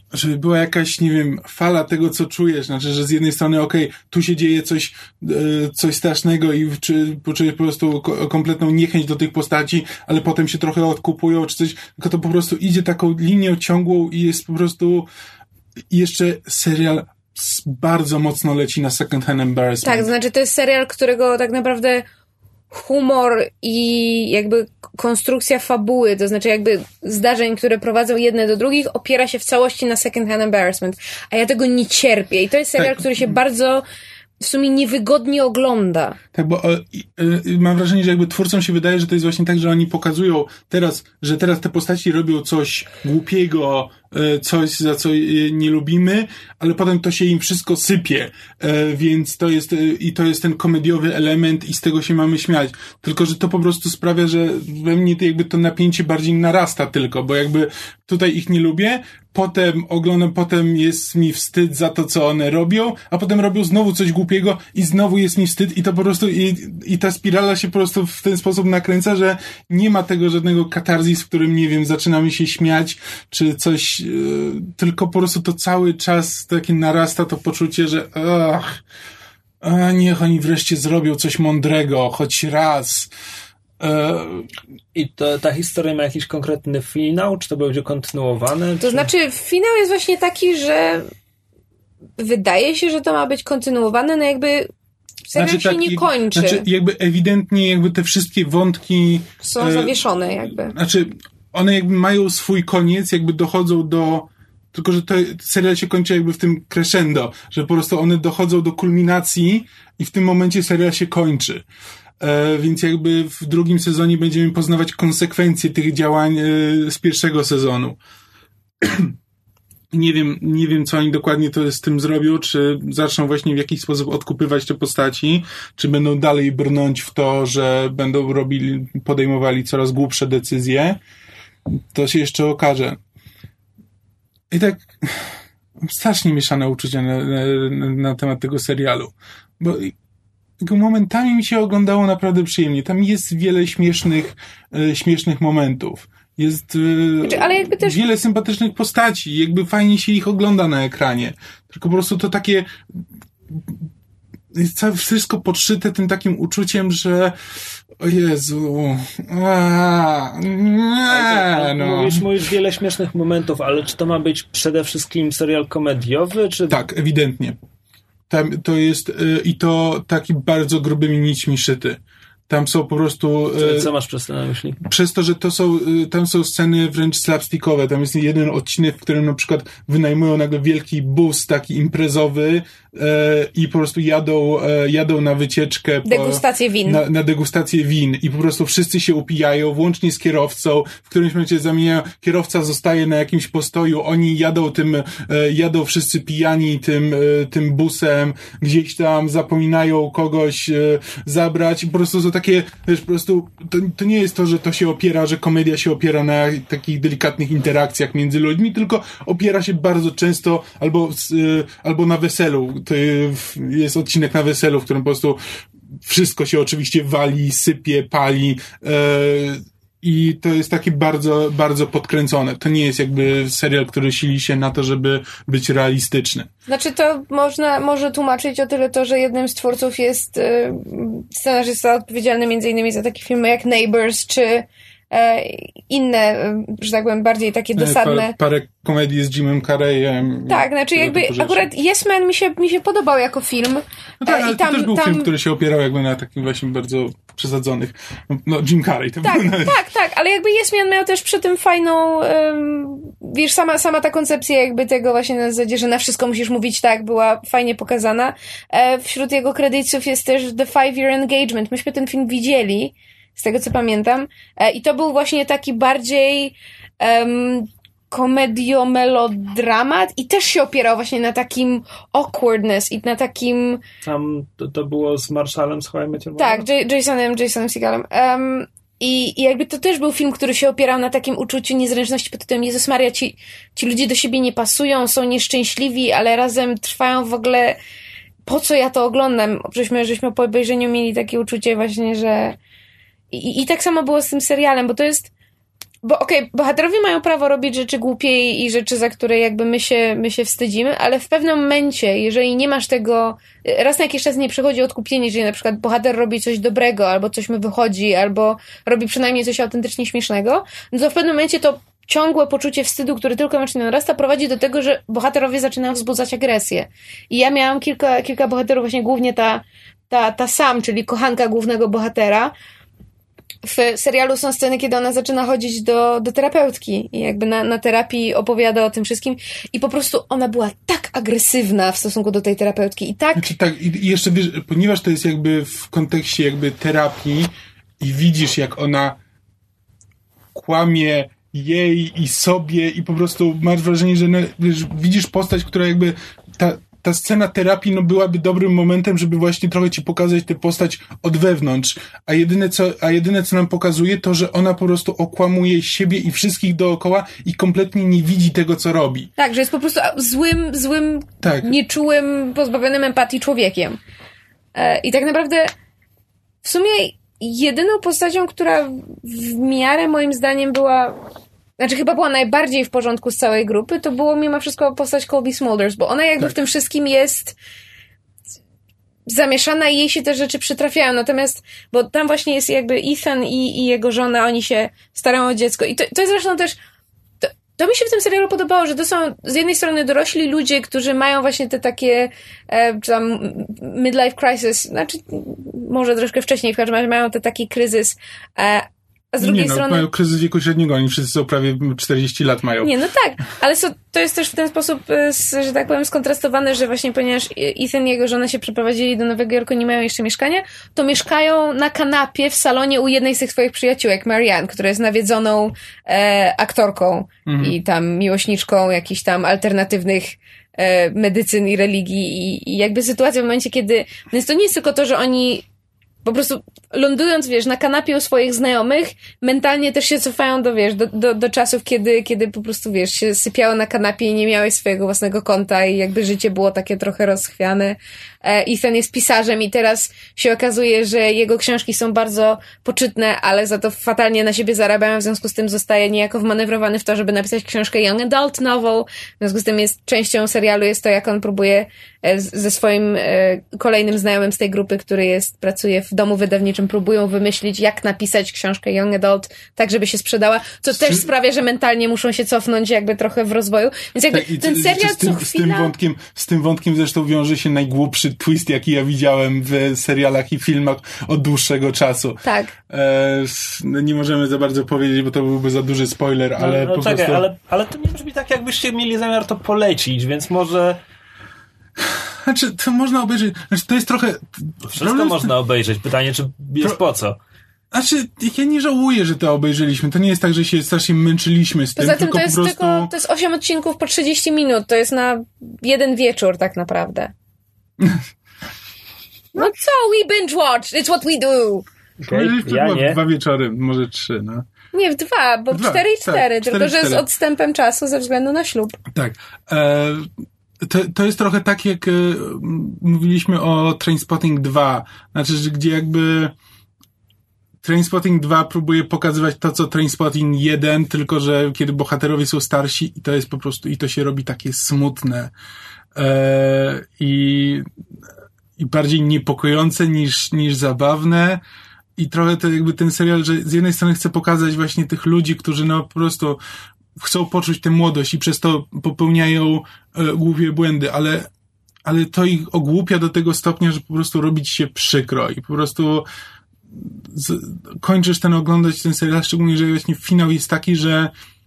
żeby była jakaś, nie wiem, fala tego, co czujesz, znaczy, że z jednej strony, okej, okay, tu się dzieje coś, coś strasznego i czy poczujesz po prostu kompletną niechęć do tych postaci, ale potem się trochę odkupują, czy coś, tylko to po prostu idzie taką linią ciągłą i jest po prostu jeszcze serial bardzo mocno leci na second hand embarrassment. Tak, to znaczy to jest serial, którego tak naprawdę humor i jakby konstrukcja fabuły, to znaczy jakby zdarzeń, które prowadzą jedne do drugich, opiera się w całości na second hand embarrassment. A ja tego nie cierpię. I to jest serial, tak, który się bardzo w sumie niewygodnie ogląda. Tak, bo e, e, mam wrażenie, że jakby twórcom się wydaje, że to jest właśnie tak, że oni pokazują teraz, że teraz te postaci robią coś głupiego, e, coś, za co e, nie lubimy, ale potem to się im wszystko sypie, e, więc to jest, e, i to jest ten komediowy element i z tego się mamy śmiać. Tylko, że to po prostu sprawia, że we mnie to jakby to napięcie bardziej narasta tylko, bo jakby tutaj ich nie lubię, potem oglądam, potem jest mi wstyd za to, co one robią, a potem robią znowu coś głupiego i znowu jest mi wstyd i to po prostu, i, i ta spirala się po prostu w ten sposób nakręca, że nie ma tego żadnego katarzis, w którym, nie wiem, zaczynamy się śmiać, czy coś, yy, tylko po prostu to cały czas takie narasta to poczucie, że ach, a niech oni wreszcie zrobią coś mądrego, choć raz. I to, ta historia ma jakiś konkretny finał? Czy to będzie kontynuowane? To czy... znaczy, finał jest właśnie taki, że wydaje się, że to ma być kontynuowane, no jakby serial znaczy, się tak, nie kończy. Znaczy, jakby ewidentnie jakby te wszystkie wątki są e, zawieszone jakby. Znaczy, one jakby mają swój koniec, jakby dochodzą do... Tylko, że to serial się kończy jakby w tym crescendo, że po prostu one dochodzą do kulminacji i w tym momencie serial się kończy. E, więc jakby w drugim sezonie będziemy poznawać konsekwencje tych działań e, z pierwszego sezonu. Nie wiem, nie wiem, co oni dokładnie to z tym zrobią, czy zaczną właśnie w jakiś sposób odkupywać te postaci, czy będą dalej brnąć w to, że będą robili, podejmowali coraz głupsze decyzje. To się jeszcze okaże. I tak strasznie mieszane uczucia na, na, na temat tego serialu. Bo momentami mi się oglądało naprawdę przyjemnie. Tam jest wiele śmiesznych, e, śmiesznych momentów. Jest e, znaczy, ale jakby też... wiele sympatycznych postaci. Jakby fajnie się ich ogląda na ekranie. Tylko po prostu to takie... Jest całe wszystko podszyte tym takim uczuciem, że o Jezu, a, nie, no. Mówisz, mówisz wiele śmiesznych momentów, ale czy to ma być przede wszystkim serial komediowy, czy... Tak, ewidentnie. Tam to jest y, i to taki bardzo grubymi nićmi szyty. Tam są po prostu... Co, co masz przez to na myśli? Przez to, że to są, tam są sceny wręcz slapstickowe. Tam jest jeden odcinek, w którym na przykład wynajmują nagle wielki bus taki imprezowy e, i po prostu jadą, e, jadą na wycieczkę. Po, degustację win. Na, na degustację win i po prostu wszyscy się upijają, włącznie z kierowcą. W którymś momencie zamieniają, kierowca zostaje na jakimś postoju, oni jadą tym, e, jadą wszyscy pijani tym, e, tym busem, gdzieś tam zapominają kogoś e, zabrać i po prostu są takie, wiesz, po prostu to, to nie jest to, że to się opiera, że komedia się opiera na takich delikatnych interakcjach między ludźmi, tylko opiera się bardzo często albo, y, albo na weselu. To jest odcinek na weselu, w którym po prostu wszystko się oczywiście wali, sypie, pali y, i to jest takie bardzo, bardzo podkręcone. To nie jest jakby serial, który sili się na to, żeby być realistyczny. Znaczy to można, może tłumaczyć o tyle to, że jednym z twórców jest y, scenarzysta odpowiedzialny między innymi za takie filmy jak Neighbours, czy e, inne, że tak powiem, bardziej takie dosadne. Parę, parę komedii z Jimem Carreyem. Tak, znaczy jakby akurat Yes Man mi się, mi się podobał jako film. No tak, ale I tam, to też był tam... film, który się opierał jakby na takim właśnie bardzo przesadzonych. No, Jim Carrey. To tak, był... tak, tak, ale jakby Yes Man miał też przy tym fajną, um, wiesz, sama, sama ta koncepcja jakby tego właśnie na zasadzie, że na wszystko musisz mówić tak, była fajnie pokazana. E, wśród jego kredytów jest też The Five Year Engagement. Myśmy ten film widzieli, z tego co pamiętam. E, I to był właśnie taki bardziej um, komedio-melodramat i też się opierał właśnie na takim awkwardness i na takim... Tam to, to było z Marshallem, z How I Met Your Mother? Tak, J- Jasonem, Jasonem Segalem. Um, i, I jakby to też był film, który się opierał na takim uczuciu niezręczności pod tytułem Jezus Maria, ci, ci ludzie do siebie nie pasują, są nieszczęśliwi, ale razem trwają w ogóle... Po co ja to oglądam? Żeśmy, żeśmy po obejrzeniu mieli takie uczucie właśnie, że... I, i tak samo było z tym serialem, bo to jest... bo okej, okay, bohaterowie mają prawo robić rzeczy głupie i rzeczy, za które jakby my się, my się wstydzimy, ale w pewnym momencie, jeżeli nie masz tego, raz na jakiś czas nie przychodzi odkupienie, jeżeli na przykład bohater robi coś dobrego, albo coś mu wychodzi, albo robi przynajmniej coś autentycznie śmiesznego, no to w pewnym momencie to ciągłe poczucie wstydu, które tylko i wyłącznie narasta, prowadzi do tego, że bohaterowie zaczynają wzbudzać agresję. I ja miałam kilka, kilka bohaterów, właśnie głównie ta, ta, ta Sam, czyli kochanka głównego bohatera. W serialu są sceny, kiedy ona zaczyna chodzić do, do terapeutki i jakby na, na terapii opowiada o tym wszystkim i po prostu ona była tak agresywna w stosunku do tej terapeutki i tak... Znaczy, tak, i jeszcze wiesz, ponieważ to jest jakby w kontekście jakby terapii i widzisz, jak ona kłamie jej i sobie i po prostu masz wrażenie, że no, wiesz, widzisz postać, która jakby ta, ta scena terapii no, byłaby dobrym momentem, żeby właśnie trochę ci pokazać tę postać od wewnątrz, a jedyne co, a jedyne co nam pokazuje to, że ona po prostu okłamuje siebie i wszystkich dookoła i kompletnie nie widzi tego, co robi. Tak, że jest po prostu złym, złym, tak. nieczułym, pozbawionym empatii człowiekiem. E, I tak naprawdę w sumie jedyną postacią, która w miarę moim zdaniem była, znaczy chyba była najbardziej w porządku z całej grupy, to było mimo wszystko postać Colby Smulders, bo ona jakby tak. w tym wszystkim jest zamieszana i jej się te rzeczy przytrafiają, natomiast, bo tam właśnie jest jakby Ethan i, i jego żona, oni się starają o dziecko i to, to jest zresztą też to, to mi się w tym serialu podobało, że to są z jednej strony dorośli ludzie, którzy mają właśnie te takie e, czy tam midlife crisis, znaczy może troszkę wcześniej, w każdym razie mają te taki kryzys, e, a z drugiej nie, no, strony... mają kryzys wieku średniego, oni wszyscy są prawie czterdzieści lat mają. Nie, no tak, ale so, to jest też w ten sposób, że tak powiem, skontrastowane, że właśnie ponieważ Ethan i jego żona się przeprowadzili do Nowego Jorku, nie mają jeszcze mieszkania, to mieszkają na kanapie w salonie u jednej z tych swoich przyjaciółek, Marianne, która jest nawiedzoną e, aktorką mhm. i tam miłośniczką jakichś tam alternatywnych e, medycyn i religii i, i jakby sytuacja w momencie, kiedy... Więc to nie jest tylko to, że oni po prostu lądując, wiesz, na kanapie u swoich znajomych, mentalnie też się cofają do, wiesz, do, do, do czasów, kiedy, kiedy po prostu, wiesz, się sypiało na kanapie i nie miałeś swojego własnego konta i jakby życie było takie trochę rozchwiane. Ethan jest pisarzem i teraz się okazuje, że jego książki są bardzo poczytne, ale za to fatalnie na siebie zarabiają, w związku z tym zostaje niejako wmanewrowany w to, żeby napisać książkę young adult novel, w związku z tym jest częścią serialu, jest to, jak on próbuje ze swoim kolejnym znajomym z tej grupy, który jest, pracuje w domu wydawniczym, próbują wymyślić, jak napisać książkę young adult, tak żeby się sprzedała, co też sprawia, że mentalnie muszą się cofnąć jakby trochę w rozwoju, więc jakby tak, ten serial z tym, co chwila... Z tym wątkiem, z tym wątkiem zresztą wiąże się najgłupszy twist, jaki ja widziałem w serialach i filmach od dłuższego czasu. Tak. E, no nie możemy za bardzo powiedzieć, bo to byłby za duży spoiler, ale no, no po czekaj, prostu... ale, ale to nie brzmi tak, jakbyście mieli zamiar to polecić, więc może... Znaczy, to można obejrzeć... Znaczy, to jest trochę... Wszystko można obejrzeć. Pytanie, czy jest Pro... po co? Znaczy, ja nie żałuję, że to obejrzeliśmy. To nie jest tak, że się strasznie męczyliśmy z tym, Poza tym tylko to jest po prostu... tylko, to jest osiem odcinków po trzydzieści minut. To jest na jeden wieczór tak naprawdę. No co? We binge watch. It's what we do. Okay, ja nie. W dwa wieczory, może trzy, no. Nie, w dwa, bo w cztery i cztery. Tak, tylko, cztery, że cztery. z odstępem czasu ze względu na ślub. Tak. E, to, to jest trochę tak, jak e, mówiliśmy o Trainspotting dwa. Znaczy, że gdzie jakby Trainspotting dwa próbuje pokazywać to, co Trainspotting jeden, tylko że kiedy bohaterowie są starsi i to jest po prostu, i to się robi takie smutne e, i, i bardziej niepokojące niż, niż zabawne. I trochę to jakby ten serial, że z jednej strony chce pokazać właśnie tych ludzi, którzy no po prostu chcą poczuć tę młodość i przez to popełniają e, głupie błędy, ale, ale to ich ogłupia do tego stopnia, że po prostu robić się przykro i po prostu z, kończysz ten oglądać ten serial, szczególnie, że właśnie finał jest taki, że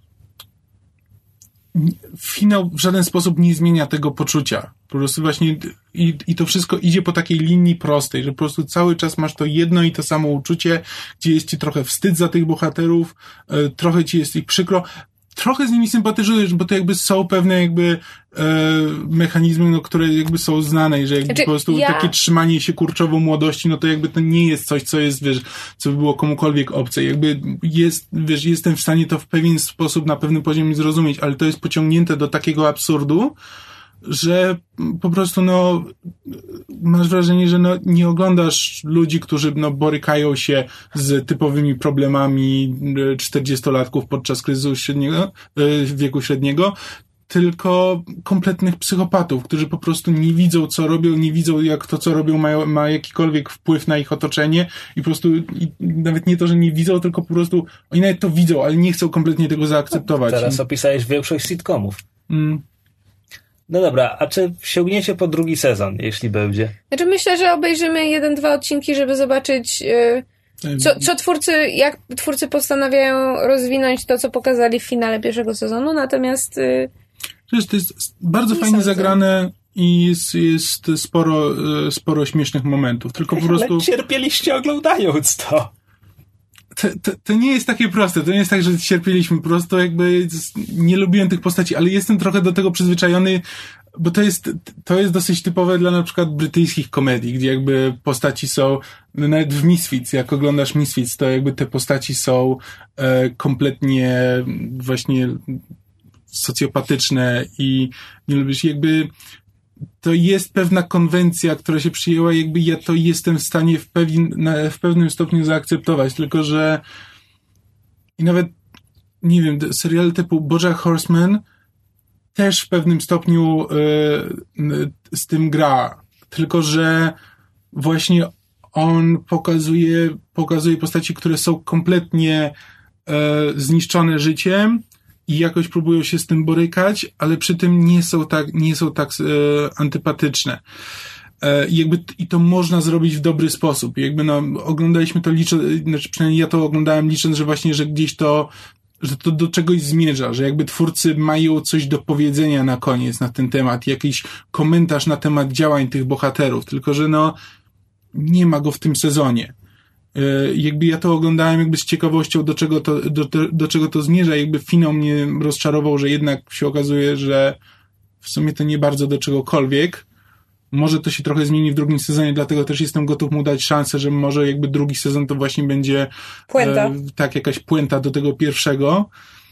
finał w żaden sposób nie zmienia tego poczucia. Po prostu właśnie i, i to wszystko idzie po takiej linii prostej, że po prostu cały czas masz to jedno i to samo uczucie, gdzie jest ci trochę wstyd za tych bohaterów, e, trochę ci jest ich przykro, trochę z nimi sympatyzujesz, bo to jakby są pewne jakby e, mechanizmy, no, które jakby są znane i że jakby znaczy, po prostu ja... takie trzymanie się kurczowo młodości, no to jakby to nie jest coś, co jest, wiesz, co by było komukolwiek obce. Jakby jest, wiesz, jestem w stanie to w pewien sposób na pewnym poziomie zrozumieć, ale to jest pociągnięte do takiego absurdu, że po prostu no masz wrażenie, że no nie oglądasz ludzi, którzy no borykają się z typowymi problemami czterdziestolatków podczas kryzysu średniego, wieku średniego, tylko kompletnych psychopatów, którzy po prostu nie widzą, co robią, nie widzą, jak to, co robią, ma, ma jakikolwiek wpływ na ich otoczenie i po prostu i nawet nie to, że nie widzą, tylko po prostu oni nawet to widzą, ale nie chcą kompletnie tego zaakceptować. Teraz opisałeś większość sitcomów. Mm. No dobra, a czy sięgniecie po drugi sezon, jeśli będzie? Znaczy myślę, że obejrzymy jeden, dwa odcinki, żeby zobaczyć yy, co, co twórcy, jak twórcy postanawiają rozwinąć to, co pokazali w finale pierwszego sezonu, natomiast yy, to jest bardzo fajnie sądzę. zagrane i jest, jest sporo, sporo śmiesznych momentów, tylko po prostu... Ale cierpieliście oglądając to. To, to, to nie jest takie proste, to nie jest tak, że cierpieliśmy, po prostu jakby nie lubiłem tych postaci, ale jestem trochę do tego przyzwyczajony, bo to jest, to jest dosyć typowe dla na przykład brytyjskich komedii, gdzie jakby postaci są, no nawet w Misfits, jak oglądasz Misfits, to jakby te postaci są e, kompletnie właśnie socjopatyczne i nie lubisz, jakby to jest pewna konwencja, która się przyjęła, jakby ja to jestem w stanie w, pewien, na, w pewnym stopniu zaakceptować, tylko że i nawet, nie wiem, seriale typu BoJack Horseman też w pewnym stopniu y, y, z tym gra, tylko że właśnie on pokazuje, pokazuje postaci, które są kompletnie y, zniszczone życiem i jakoś próbują się z tym borykać, ale przy tym nie są tak, nie są tak e, antypatyczne. E, i jakby, i to można zrobić w dobry sposób. I jakby no, oglądaliśmy to licząc, znaczy przynajmniej ja to oglądałem licząc, że właśnie, że gdzieś to, że to do czegoś zmierza, że jakby twórcy mają coś do powiedzenia na koniec na ten temat, jakiś komentarz na temat działań tych bohaterów, tylko że no, nie ma go w tym sezonie. Jakby ja to oglądałem jakby z ciekawością, do czego to, do, do czego to zmierza. Jakby finał mnie rozczarował, że jednak się okazuje, że w sumie to nie bardzo do czegokolwiek. Może to się trochę zmieni w drugim sezonie, dlatego też jestem gotów mu dać szansę, że może jakby drugi sezon to właśnie będzie puenta. E, tak, jakaś puenta do tego pierwszego.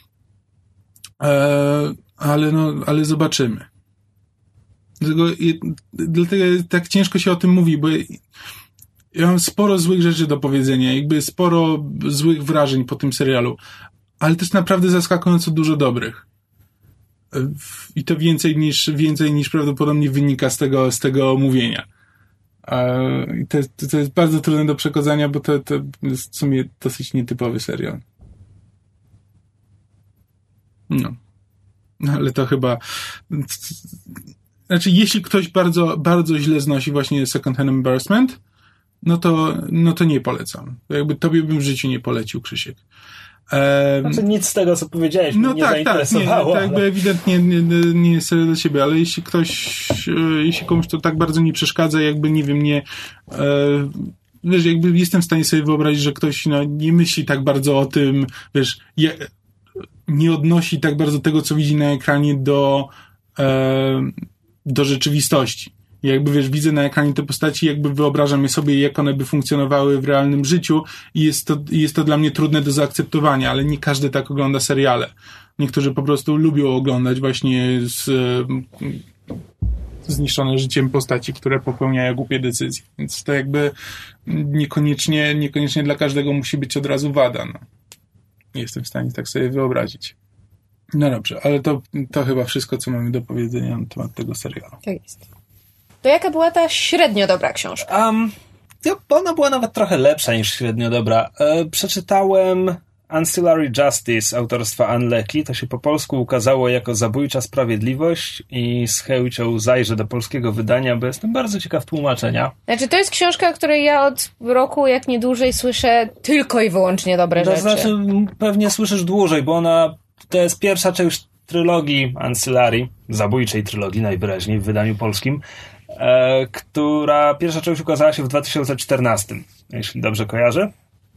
E, ale no, ale zobaczymy. Dlatego, dlatego tak ciężko się o tym mówi, bo ja mam sporo złych rzeczy do powiedzenia, jakby sporo złych wrażeń po tym serialu, ale też naprawdę zaskakująco dużo dobrych. I to więcej niż, więcej niż prawdopodobnie wynika z tego, z tego omówienia. I to, to, to jest bardzo trudne do przekazania, bo to, to jest w sumie dosyć nietypowy serial. No. No ale to chyba... Znaczy, jeśli ktoś bardzo, bardzo źle znosi właśnie second hand embarrassment, no to, no to nie polecam. Jakby tobie bym w życiu nie polecił, Krzysiek. Um, znaczy nic z tego, co powiedziałeś, no mnie nie tak, zainteresowało. Tak, nie, to jakby ewidentnie nie, nie jest do ciebie, ale jeśli ktoś, jeśli komuś to tak bardzo nie przeszkadza, jakby, nie wiem, nie, e, wiesz, jakby jestem w stanie sobie wyobrazić, że ktoś, no, nie myśli tak bardzo o tym, wiesz, je, nie odnosi tak bardzo tego, co widzi na ekranie do, e, do rzeczywistości. Jakby, wiesz, widzę na ekranie te postaci, jakby wyobrażam je sobie, jak one by funkcjonowały w realnym życiu i jest to, jest to dla mnie trudne do zaakceptowania, ale nie każdy tak ogląda seriale. Niektórzy po prostu lubią oglądać właśnie z, zniszczone życiem postaci, które popełniają głupie decyzje. Więc to jakby niekoniecznie, niekoniecznie dla każdego musi być od razu wada. No. Nie jestem w stanie tak sobie wyobrazić. No dobrze, ale to, to chyba wszystko, co mamy do powiedzenia na temat tego serialu. Tak jest. To jaka była ta średnio dobra książka? Um, ona była nawet trochę lepsza niż średnio dobra. E, przeczytałem Ancillary Justice autorstwa Ann Leckie. To się po polsku ukazało jako Zabójcza Sprawiedliwość i z chęcią zajrzę do polskiego wydania, bo jestem bardzo ciekaw tłumaczenia. Znaczy, to jest książka, o której ja od roku, jak nie dłużej, słyszę tylko i wyłącznie dobre to rzeczy. To znaczy, pewnie słyszysz dłużej, bo ona to jest pierwsza część trylogii Ancillary, zabójczej trylogii najwyraźniej w wydaniu polskim, e, która pierwsza część ukazała się w dwa tysiące czternastym, jeśli dobrze kojarzę.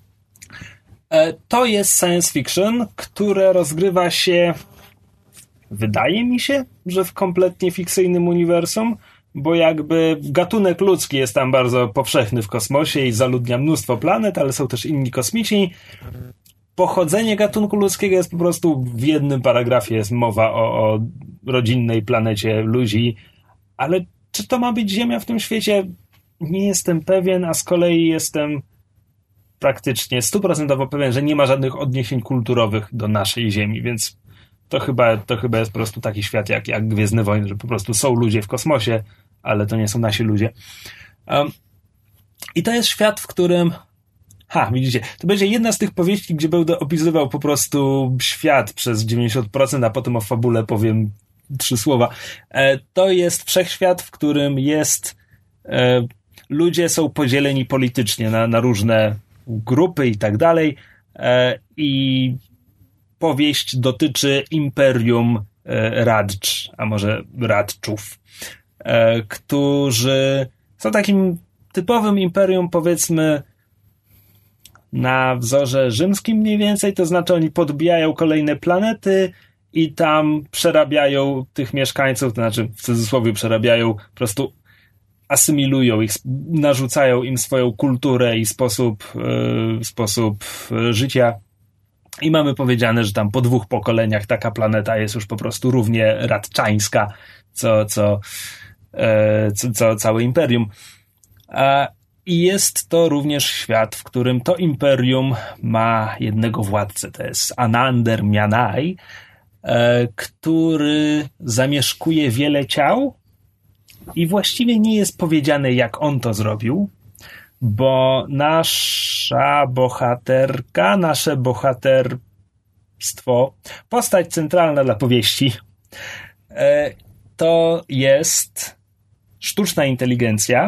E, to jest science fiction, które rozgrywa się, wydaje mi się, że w kompletnie fikcyjnym uniwersum, bo jakby gatunek ludzki jest tam bardzo powszechny w kosmosie i zaludnia mnóstwo planet, ale są też inni kosmici. Pochodzenie gatunku ludzkiego jest po prostu w jednym paragrafie jest mowa o, o rodzinnej planecie ludzi, ale czy to ma być Ziemia w tym świecie? Nie jestem pewien, a z kolei jestem praktycznie stuprocentowo pewien, że nie ma żadnych odniesień kulturowych do naszej Ziemi, więc to chyba, to chyba jest po prostu taki świat jak, jak Gwiezdne Wojny, że po prostu są ludzie w kosmosie, ale to nie są nasi ludzie. Um, I to jest świat, w którym ha, widzicie, to będzie jedna z tych powieści, gdzie będę opisywał po prostu świat przez dziewięćdziesiąt procent, a potem o fabule powiem trzy słowa. E, to jest wszechświat, w którym jest e, ludzie są podzieleni politycznie na, na różne grupy i tak dalej e, i powieść dotyczy imperium e, Radcz, a może Radczów, e, którzy są takim typowym imperium, powiedzmy na wzorze rzymskim mniej więcej, to znaczy oni podbijają kolejne planety i tam przerabiają tych mieszkańców, to znaczy w cudzysłowie przerabiają, po prostu asymilują ich, narzucają im swoją kulturę i sposób, yy, sposób życia. I mamy powiedziane, że tam po dwóch pokoleniach taka planeta jest już po prostu równie radczańska, co, co, yy, co, co całe imperium. A I jest to również świat, w którym to imperium ma jednego władcę. To jest Anander Mianai, e, który zamieszkuje wiele ciał i właściwie nie jest powiedziane, jak on to zrobił, bo nasza bohaterka, nasze bohaterstwo, postać centralna dla powieści, e, to jest sztuczna inteligencja,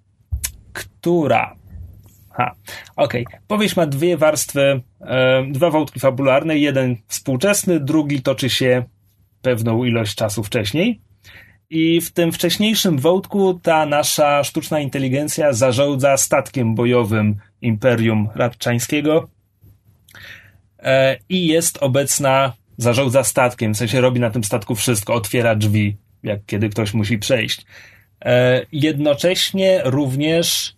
która... Ha, okej. Okay. Powieść ma dwie warstwy, e, dwa wątki fabularne. Jeden współczesny, drugi toczy się pewną ilość czasu wcześniej. I w tym wcześniejszym wątku ta nasza sztuczna inteligencja zarządza statkiem bojowym Imperium Radczańskiego e, i jest obecna, zarządza statkiem, w sensie robi na tym statku wszystko, otwiera drzwi, jak kiedy ktoś musi przejść. E, jednocześnie również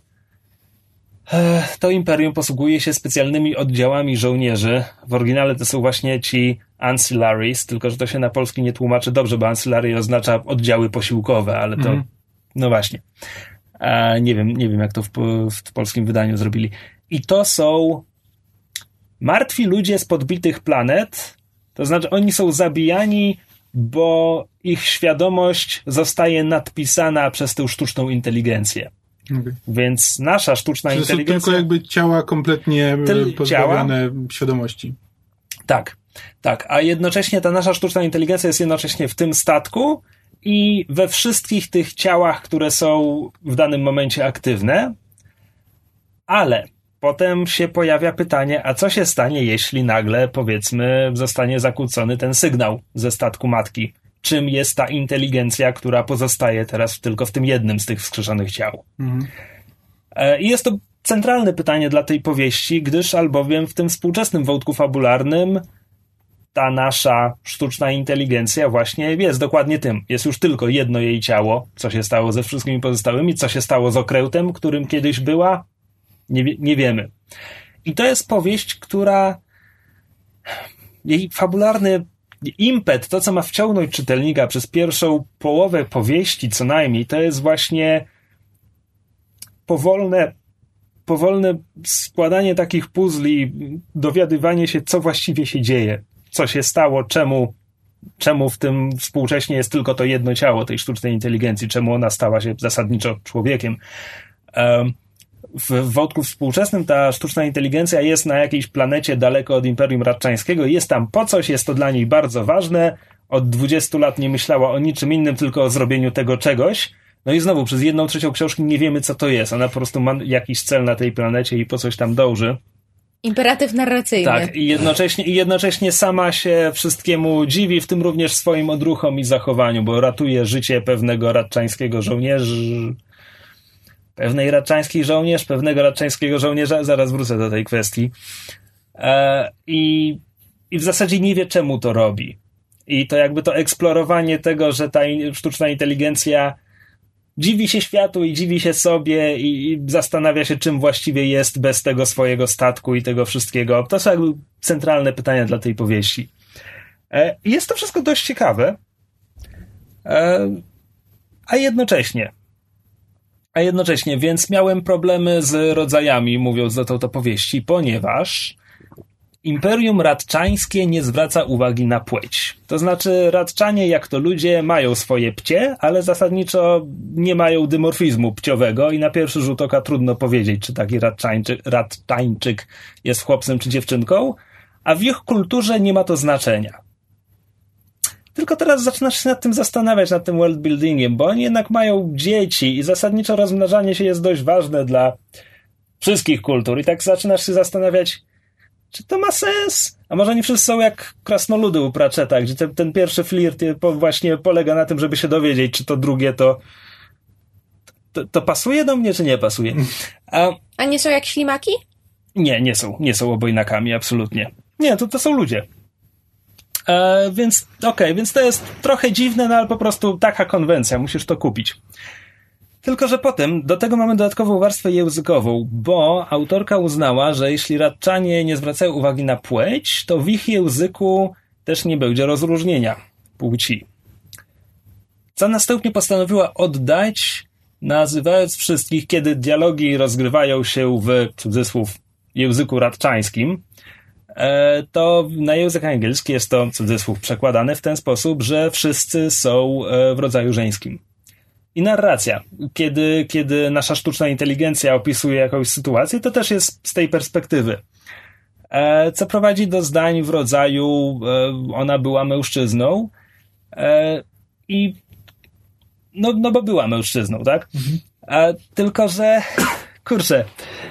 to imperium posługuje się specjalnymi oddziałami żołnierzy. W oryginale to są właśnie ci ancillaries, tylko że to się na polski nie tłumaczy dobrze, bo ancillary oznacza oddziały posiłkowe, ale to, mm. no właśnie. A nie wiem, nie wiem jak to w, w polskim wydaniu zrobili. I to są martwi ludzie z podbitych planet, to znaczy oni są zabijani, bo ich świadomość zostaje nadpisana przez tę sztuczną inteligencję. Okay. Więc nasza sztuczna Czyli inteligencja... To tylko jakby ciała kompletnie pozbawione ciała? Świadomości. Tak, tak. A jednocześnie ta nasza sztuczna inteligencja jest jednocześnie w tym statku i we wszystkich tych ciałach, które są w danym momencie aktywne, ale potem się pojawia pytanie, a co się stanie, jeśli nagle, powiedzmy, zostanie zakłócony ten sygnał ze statku matki? Czym jest ta inteligencja, która pozostaje teraz tylko w tym jednym z tych wskrzeszonych ciał? Mhm. I jest to centralne pytanie dla tej powieści, gdyż albowiem w tym współczesnym wątku fabularnym ta nasza sztuczna inteligencja właśnie jest dokładnie tym. Jest już tylko jedno jej ciało. Co się stało ze wszystkimi pozostałymi? Co się stało z okrętem, którym kiedyś była? Nie, nie wiemy. I to jest powieść, która jej fabularny impet, to co ma wciągnąć czytelnika przez pierwszą połowę powieści co najmniej, to jest właśnie powolne, powolne składanie takich puzli, dowiadywanie się, co właściwie się dzieje, co się stało, czemu, czemu w tym współcześnie jest tylko to jedno ciało tej sztucznej inteligencji, czemu ona stała się zasadniczo człowiekiem. Um, W wątku współczesnym ta sztuczna inteligencja jest na jakiejś planecie daleko od Imperium Radczańskiego, jest tam po coś, jest to dla niej bardzo ważne. Od dwudziestu lat nie myślała o niczym innym, tylko o zrobieniu tego czegoś. No i znowu, przez jedną trzecią książki nie wiemy, co to jest. Ona po prostu ma jakiś cel na tej planecie i po coś tam dąży. Imperatyw narracyjny. Tak, i jednocześnie, i jednocześnie sama się wszystkiemu dziwi, w tym również swoim odruchom i zachowaniu, bo ratuje życie pewnego radczańskiego żołnierza, pewnej radczańskiej żołnierz, pewnego radczańskiego żołnierza, zaraz wrócę do tej kwestii. E, i, I w zasadzie nie wie, czemu to robi. I to jakby to eksplorowanie tego, że ta sztuczna inteligencja dziwi się światu i dziwi się sobie i, i zastanawia się, czym właściwie jest bez tego swojego statku i tego wszystkiego. To są jakby centralne pytania dla tej powieści. E, jest to wszystko dość ciekawe. A jednocześnie, a jednocześnie, więc miałem problemy z rodzajami, mówiąc do tej opowieści, ponieważ Imperium Radczańskie nie zwraca uwagi na płeć. To znaczy, Radczanie, jak to ludzie, mają swoje pcie, ale zasadniczo nie mają dymorfizmu pciowego i na pierwszy rzut oka trudno powiedzieć, czy taki Radczańczyk, Radczańczyk jest chłopcem czy dziewczynką, a w ich kulturze nie ma to znaczenia. Tylko teraz zaczynasz się nad tym zastanawiać, nad tym worldbuildingiem, bo oni jednak mają dzieci i zasadniczo rozmnażanie się jest dość ważne dla wszystkich kultur i tak zaczynasz się zastanawiać, czy to ma sens? A może nie wszyscy są jak krasnoludy u Pratchetta, gdzie ten, ten pierwszy flirt właśnie polega na tym, żeby się dowiedzieć, czy to drugie to to, to pasuje do mnie, czy nie pasuje. A, A nie są jak ślimaki? Nie, nie są. Nie są obojnakami, absolutnie. Nie, to, to są ludzie. E, więc okej, okay, więc to jest trochę dziwne, no ale po prostu taka konwencja, musisz to kupić. Tylko że potem do tego mamy dodatkową warstwę językową, bo autorka uznała, że jeśli Radczanie nie zwracają uwagi na płeć, to w ich języku też nie będzie rozróżnienia płci. Co następnie postanowiła oddać, nazywając wszystkich, kiedy dialogi rozgrywają się w, cudzysłów, języku radczańskim, to na język angielski jest to, cudzysłów, przekładane w ten sposób, że wszyscy są w rodzaju żeńskim. I narracja, kiedy, kiedy nasza sztuczna inteligencja opisuje jakąś sytuację, to też jest z tej perspektywy. Co prowadzi do zdań w rodzaju ona była mężczyzną i no, no bo była mężczyzną, tak? Mhm. Tylko, że kurczę,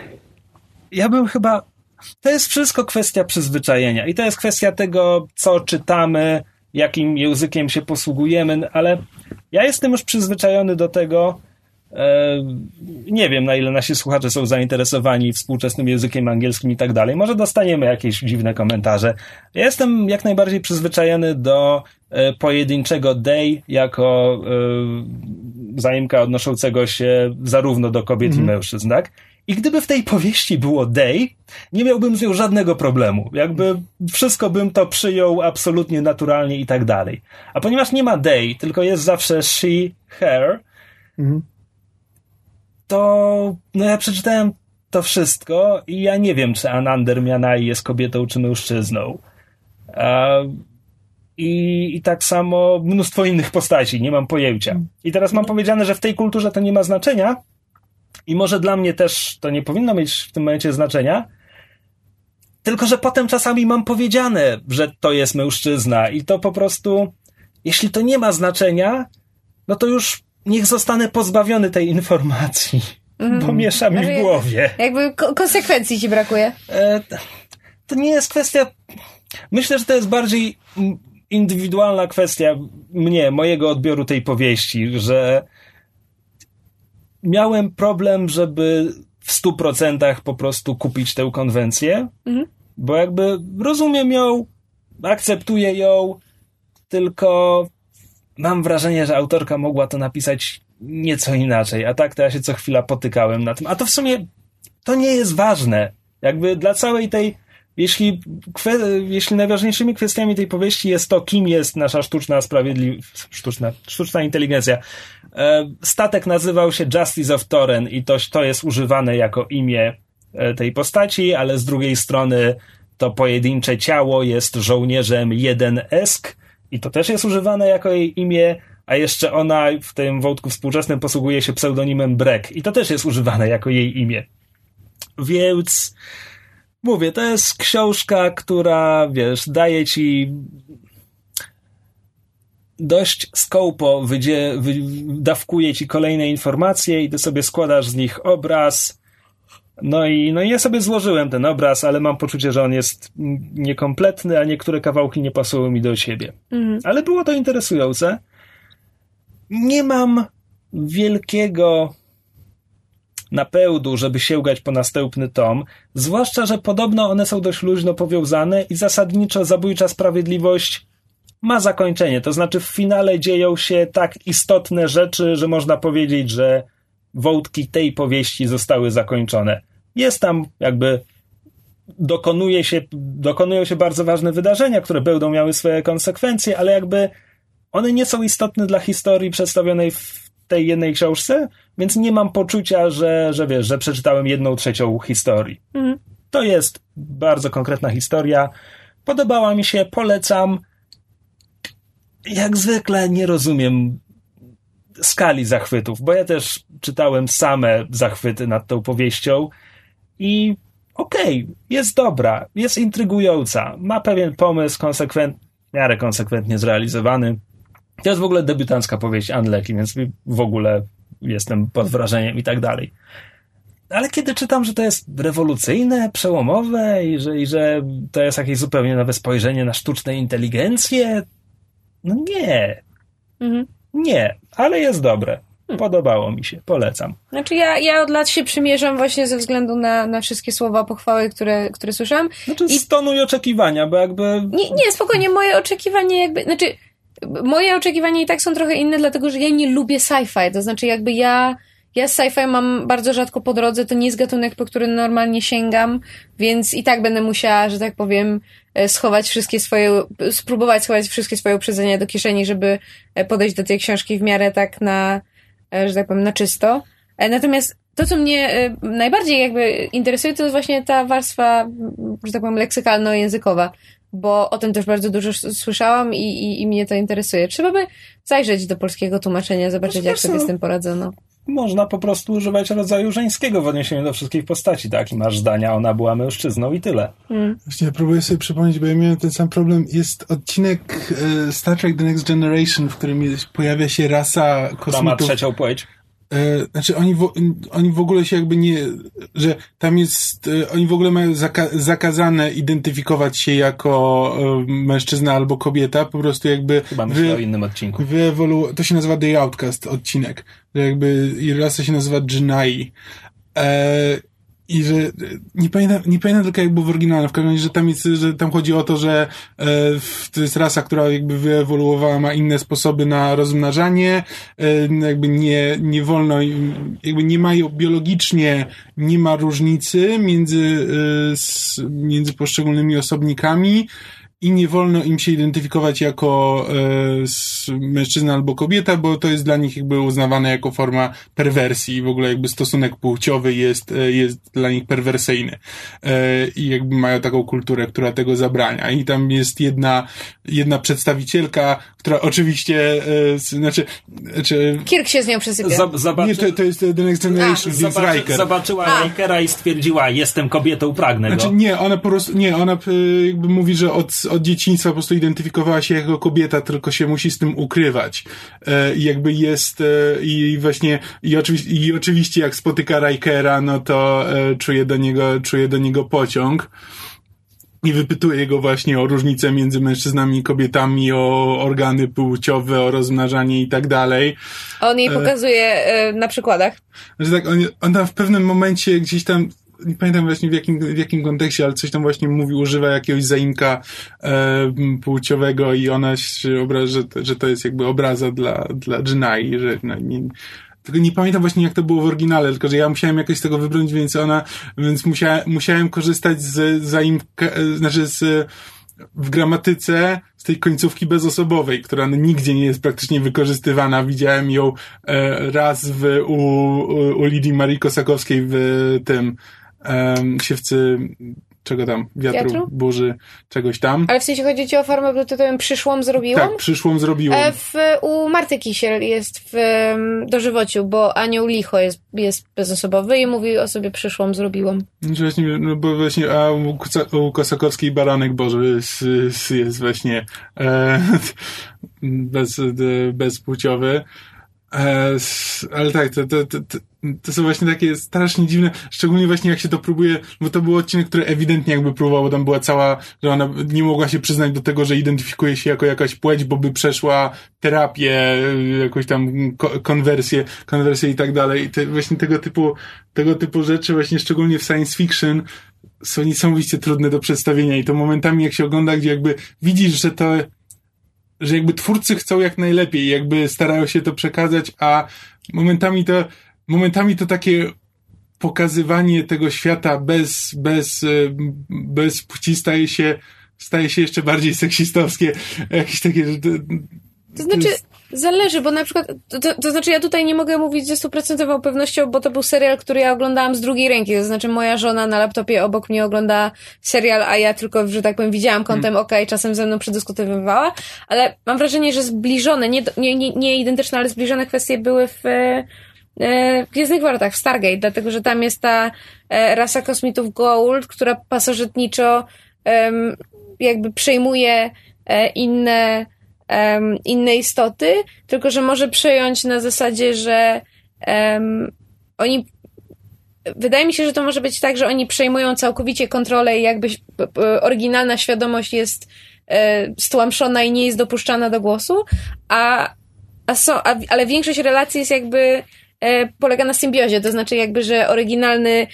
ja bym chyba to jest wszystko kwestia przyzwyczajenia i to jest kwestia tego, co czytamy, jakim językiem się posługujemy, ale ja jestem już przyzwyczajony do tego, e, nie wiem, na ile nasi słuchacze są zainteresowani współczesnym językiem angielskim i tak dalej. Może dostaniemy jakieś dziwne komentarze. Ja jestem jak najbardziej przyzwyczajony do e, pojedynczego they jako e, zaimka odnoszącego się zarówno do kobiet mm. i mężczyzn, tak? I gdyby w tej powieści było they, nie miałbym z nią żadnego problemu. Jakby wszystko bym to przyjął absolutnie naturalnie i tak dalej. A ponieważ nie ma they, tylko jest zawsze she, her, mhm. to no ja przeczytałem to wszystko i ja nie wiem, czy Anander Mianai jest kobietą czy mężczyzną. A, i, I tak samo mnóstwo innych postaci, nie mam pojęcia. I teraz mam powiedziane, że w tej kulturze to nie ma znaczenia, i może dla mnie też to nie powinno mieć w tym momencie znaczenia, tylko że potem czasami mam powiedziane, że to jest mężczyzna i to po prostu, jeśli to nie ma znaczenia, no to już niech zostanę pozbawiony tej informacji, mm. bo miesza mi w głowie. Jakby konsekwencji ci brakuje. E, to nie jest kwestia... Myślę, że to jest bardziej indywidualna kwestia mnie, mojego odbioru tej powieści, że miałem problem, żeby w stu procentach po prostu kupić tę konwencję, mhm. bo jakby rozumiem ją, akceptuję ją, tylko mam wrażenie, że autorka mogła to napisać nieco inaczej, a tak to ja się co chwila potykałem na tym. A to w sumie to nie jest ważne. Jakby dla całej tej, jeśli, kwe, jeśli najważniejszymi kwestiami tej powieści jest to, kim jest nasza sztuczna sprawiedliwość, sztuczna, sztuczna inteligencja. Statek nazywał się Justice of Toren i to, to jest używane jako imię tej postaci, ale z drugiej strony to pojedyncze ciało jest żołnierzem jeden Esk i to też jest używane jako jej imię, a jeszcze ona w tym wątku współczesnym posługuje się pseudonimem Brek i to też jest używane jako jej imię. Więc mówię, to jest książka, która, wiesz, daje ci dość skołpo, wydzie, wy, dawkuje ci kolejne informacje i ty sobie składasz z nich obraz. No i, no i ja sobie złożyłem ten obraz, ale mam poczucie, że on jest niekompletny, a niektóre kawałki nie pasują mi do siebie. Mhm. Ale było to interesujące. Nie mam wielkiego napędu, żeby sięgać po następny tom, zwłaszcza, że podobno one są dość luźno powiązane i zasadniczo Zabójcza Sprawiedliwość ma zakończenie, to znaczy w finale dzieją się tak istotne rzeczy, że można powiedzieć, że wątki tej powieści zostały zakończone. Jest tam jakby dokonuje się, dokonują się bardzo ważne wydarzenia, które będą miały swoje konsekwencje, ale jakby one nie są istotne dla historii przedstawionej w tej jednej książce, więc nie mam poczucia, że, że wiesz, że przeczytałem jedną trzecią historii. Mhm. To jest bardzo konkretna historia. Podobała mi się, polecam. Jak zwykle nie rozumiem skali zachwytów, bo ja też czytałem same zachwyty nad tą powieścią i okej, okay, jest dobra, jest intrygująca, ma pewien pomysł konsekwent, w miarę konsekwentnie zrealizowany. To jest w ogóle debiutancka powieść Ann Leckie, więc w ogóle jestem pod wrażeniem i tak dalej. Ale kiedy czytam, że to jest rewolucyjne, przełomowe i że, i że to jest jakieś zupełnie nowe spojrzenie na sztuczną inteligencję, no nie. Mhm. Nie, ale jest dobre. Podobało mi się, polecam. Znaczy ja, ja od lat się przymierzam właśnie ze względu na, na wszystkie słowa pochwały, które, które słyszałam. Znaczy I... z tonu i oczekiwania, bo jakby... Nie, nie, spokojnie, moje oczekiwania jakby... Znaczy, moje oczekiwania i tak są trochę inne, dlatego że ja nie lubię sci-fi. To znaczy jakby ja... Ja z sci-fi mam bardzo rzadko po drodze, to nie jest gatunek, po który normalnie sięgam, więc i tak będę musiała, że tak powiem, schować wszystkie swoje, spróbować schować wszystkie swoje uprzedzenia do kieszeni, żeby podejść do tej książki w miarę tak na, że tak powiem, na czysto. Natomiast to, co mnie najbardziej jakby interesuje, to jest właśnie ta warstwa, że tak powiem, leksykalno-językowa, bo o tym też bardzo dużo słyszałam i, i, i mnie to interesuje. Trzeba by zajrzeć do polskiego tłumaczenia, zobaczyć, jak sobie z tym poradzono. Można po prostu używać rodzaju żeńskiego w odniesieniu do wszystkich postaci, tak? I masz zdania, ona była mężczyzną i tyle. Hmm. Właśnie próbuję sobie przypomnieć, bo ja miałem ten sam problem. Jest odcinek e, Star Trek The Next Generation, w którym jest, pojawia się rasa kosmitów. Która ma trzecią płeć. E, znaczy oni w, oni w ogóle się jakby nie, że tam jest, e, oni w ogóle mają zaka- zakazane identyfikować się jako e, mężczyzna albo kobieta, po prostu jakby... Chyba myślę wy, o innym odcinku. Wyewolu- to się nazywa The Outcast odcinek, że jakby i rasa się nazywa Dżinai. E, I że nie pamiętam, nie pamiętam tylko jak było w oryginale, w każdym razie, że tam jest, że tam chodzi o to, że e, to jest rasa, która jakby wyewoluowała, ma inne sposoby na rozmnażanie, e, jakby nie, nie wolno, jakby nie mają biologicznie, nie ma różnicy między, e, s, między poszczególnymi osobnikami. I nie wolno im się identyfikować jako e, mężczyzna albo kobieta, bo to jest dla nich jakby uznawane jako forma perwersji. W ogóle jakby stosunek płciowy jest, e, jest dla nich perwersyjny. E, I jakby mają taką kulturę, która tego zabrania. I tam jest jedna, jedna przedstawicielka, która oczywiście, e, znaczy, znaczy... Kirk się z nią przesypia. Zab- zobaczy... Nie, to, to jest The Next Generation, A, zobaczy, Riker. Zobaczyła Rikera i stwierdziła, jestem kobietą, pragnę go. Znaczy nie, ona po prostu, nie, ona jakby mówi, że od, od dzieciństwa po prostu identyfikowała się jako kobieta, tylko się musi z tym ukrywać. E, I jakby jest, e, i właśnie, i oczywiście, i oczywiście jak spotyka Rikera, no to e, czuje do niego, czuje do niego pociąg. I wypytuje go właśnie o różnice między mężczyznami i kobietami, o organy płciowe, o rozmnażanie i tak dalej. A on jej pokazuje e, na przykładach. Że tak, on, ona w pewnym momencie gdzieś tam, nie pamiętam właśnie w jakim, w jakim kontekście, ale coś tam właśnie mówi, używa jakiegoś zaimka e, płciowego i ona się obraża, że, że to jest jakby obraza dla, dla Dżinai, że no, nie, tylko nie pamiętam właśnie jak to było w oryginale, tylko że ja musiałem jakoś z tego wybrnąć, więc ona, więc musiałem, musiałem korzystać z zaimka, znaczy z, w gramatyce z tej końcówki bezosobowej, która no, nigdzie nie jest praktycznie wykorzystywana. Widziałem ją e, raz w, u, u Lidii Marii Kosakowskiej w tym um, Siewcy czego tam? Wiatru, Wiatru? burzy, czegoś tam. Ale w sensie chodzi ci o formę bluetoothową przyszłą, zrobiłam? Tak, przyszłą, zrobiłam. E, w, u Marty Kisiel jest w um, dożywociu, bo Anioł Licho jest, jest bezosobowy i mówi o sobie przyszłą, zrobiłam. Właśnie, no bo właśnie, a u, u Kosakowskiej Baranek Boży jest, jest właśnie e, bez, bezpłciowy. E, ale tak, to, to, to, to są właśnie takie strasznie dziwne, szczególnie właśnie jak się to próbuje, bo to był odcinek, który ewidentnie jakby próbował, bo tam była cała, że ona nie mogła się przyznać do tego, że identyfikuje się jako jakaś płeć, bo by przeszła terapię, jakąś tam konwersję, konwersję i tak dalej. I te, właśnie tego typu, tego typu rzeczy właśnie szczególnie w science fiction są niesamowicie trudne do przedstawienia i to momentami jak się ogląda, gdzie jakby widzisz, że to że jakby twórcy chcą jak najlepiej, jakby starają się to przekazać, a momentami to, momentami to takie pokazywanie tego świata bez, bez, bez płci staje się, staje się jeszcze bardziej seksistowskie. Jakieś takie, że to, To znaczy, zależy, bo na przykład, to, to, to znaczy ja tutaj nie mogę mówić ze stuprocentową pewnością, bo to był serial, który ja oglądałam z drugiej ręki, to znaczy moja żona na laptopie obok mnie ogląda serial, a ja tylko, że tak powiem, widziałam kątem hmm. oka i czasem ze mną przedyskutowywała, ale mam wrażenie, że zbliżone, nie, nie, nie, nie identyczne, ale zbliżone kwestie były w w Gwiezdnych Wojnach, w Stargate, dlatego, że tam jest ta e, rasa kosmitów Goa'uld, która pasożytniczo um, jakby przejmuje e, inne um, inne istoty, tylko, że może przejąć na zasadzie, że um, oni wydaje mi się, że to może być tak, że oni przejmują całkowicie kontrolę i jakby e, oryginalna świadomość jest e, stłamszona i nie jest dopuszczana do głosu, a, a są, a, ale większość relacji jest jakby polega na symbiozie, to znaczy jakby, że oryginalny,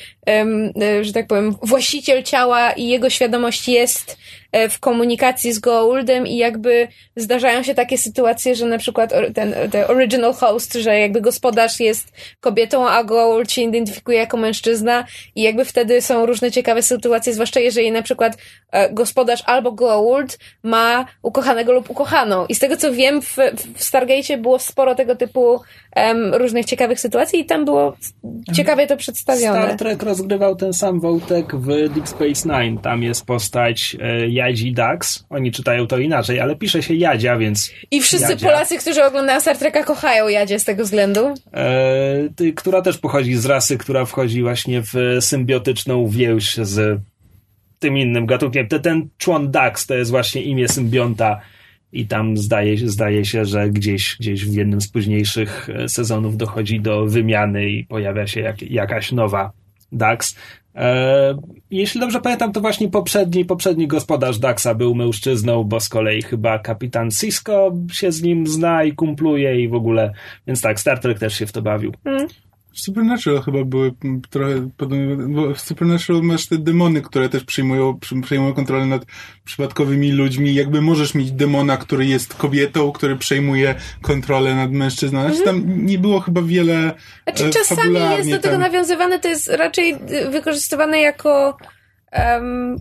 że tak powiem, właściciel ciała i jego świadomość jest w komunikacji z Goa'uldem i jakby zdarzają się takie sytuacje, że na przykład ten, ten original host, że jakby gospodarz jest kobietą, a Goa'uld się identyfikuje jako mężczyzna i jakby wtedy są różne ciekawe sytuacje, zwłaszcza jeżeli na przykład gospodarz albo Goa'uld ma ukochanego lub ukochaną. I z tego co wiem, w, w Stargate'cie było sporo tego typu um, różnych ciekawych sytuacji i tam było ciekawie to przedstawione. Star Trek rozgrywał ten sam wątek w Deep Space Nine. Tam jest postać e, Jadzi Dax. Oni czytają to inaczej, ale pisze się Jadzia, więc i wszyscy Jadzia. Polacy, którzy oglądają Star Treka, kochają Jadzie z tego względu. E, ty, która też pochodzi z rasy, która wchodzi właśnie w symbiotyczną więź z tym innym gatunkiem. Ten, ten człon Dax to jest właśnie imię symbionta i tam zdaje, zdaje się, że gdzieś, gdzieś w jednym z późniejszych sezonów dochodzi do wymiany i pojawia się jak, jakaś nowa Dax. E, jeśli dobrze pamiętam, to właśnie poprzedni, poprzedni gospodarz Daxa był mężczyzną, bo z kolei chyba kapitan Sisko się z nim zna i kumpluje i w ogóle, więc tak, Star Trek też się w to bawił. Mm. W Supernatural chyba były trochę podobne, bo w Supernatural masz te demony, które też przejmują, przejmują kontrolę nad przypadkowymi ludźmi. Jakby możesz mieć demona, który jest kobietą, który przejmuje kontrolę nad mężczyzną. Znaczy tam nie było chyba wiele znaczy, czasami jest do tego tam nawiązywane, to jest raczej wykorzystywane jako um,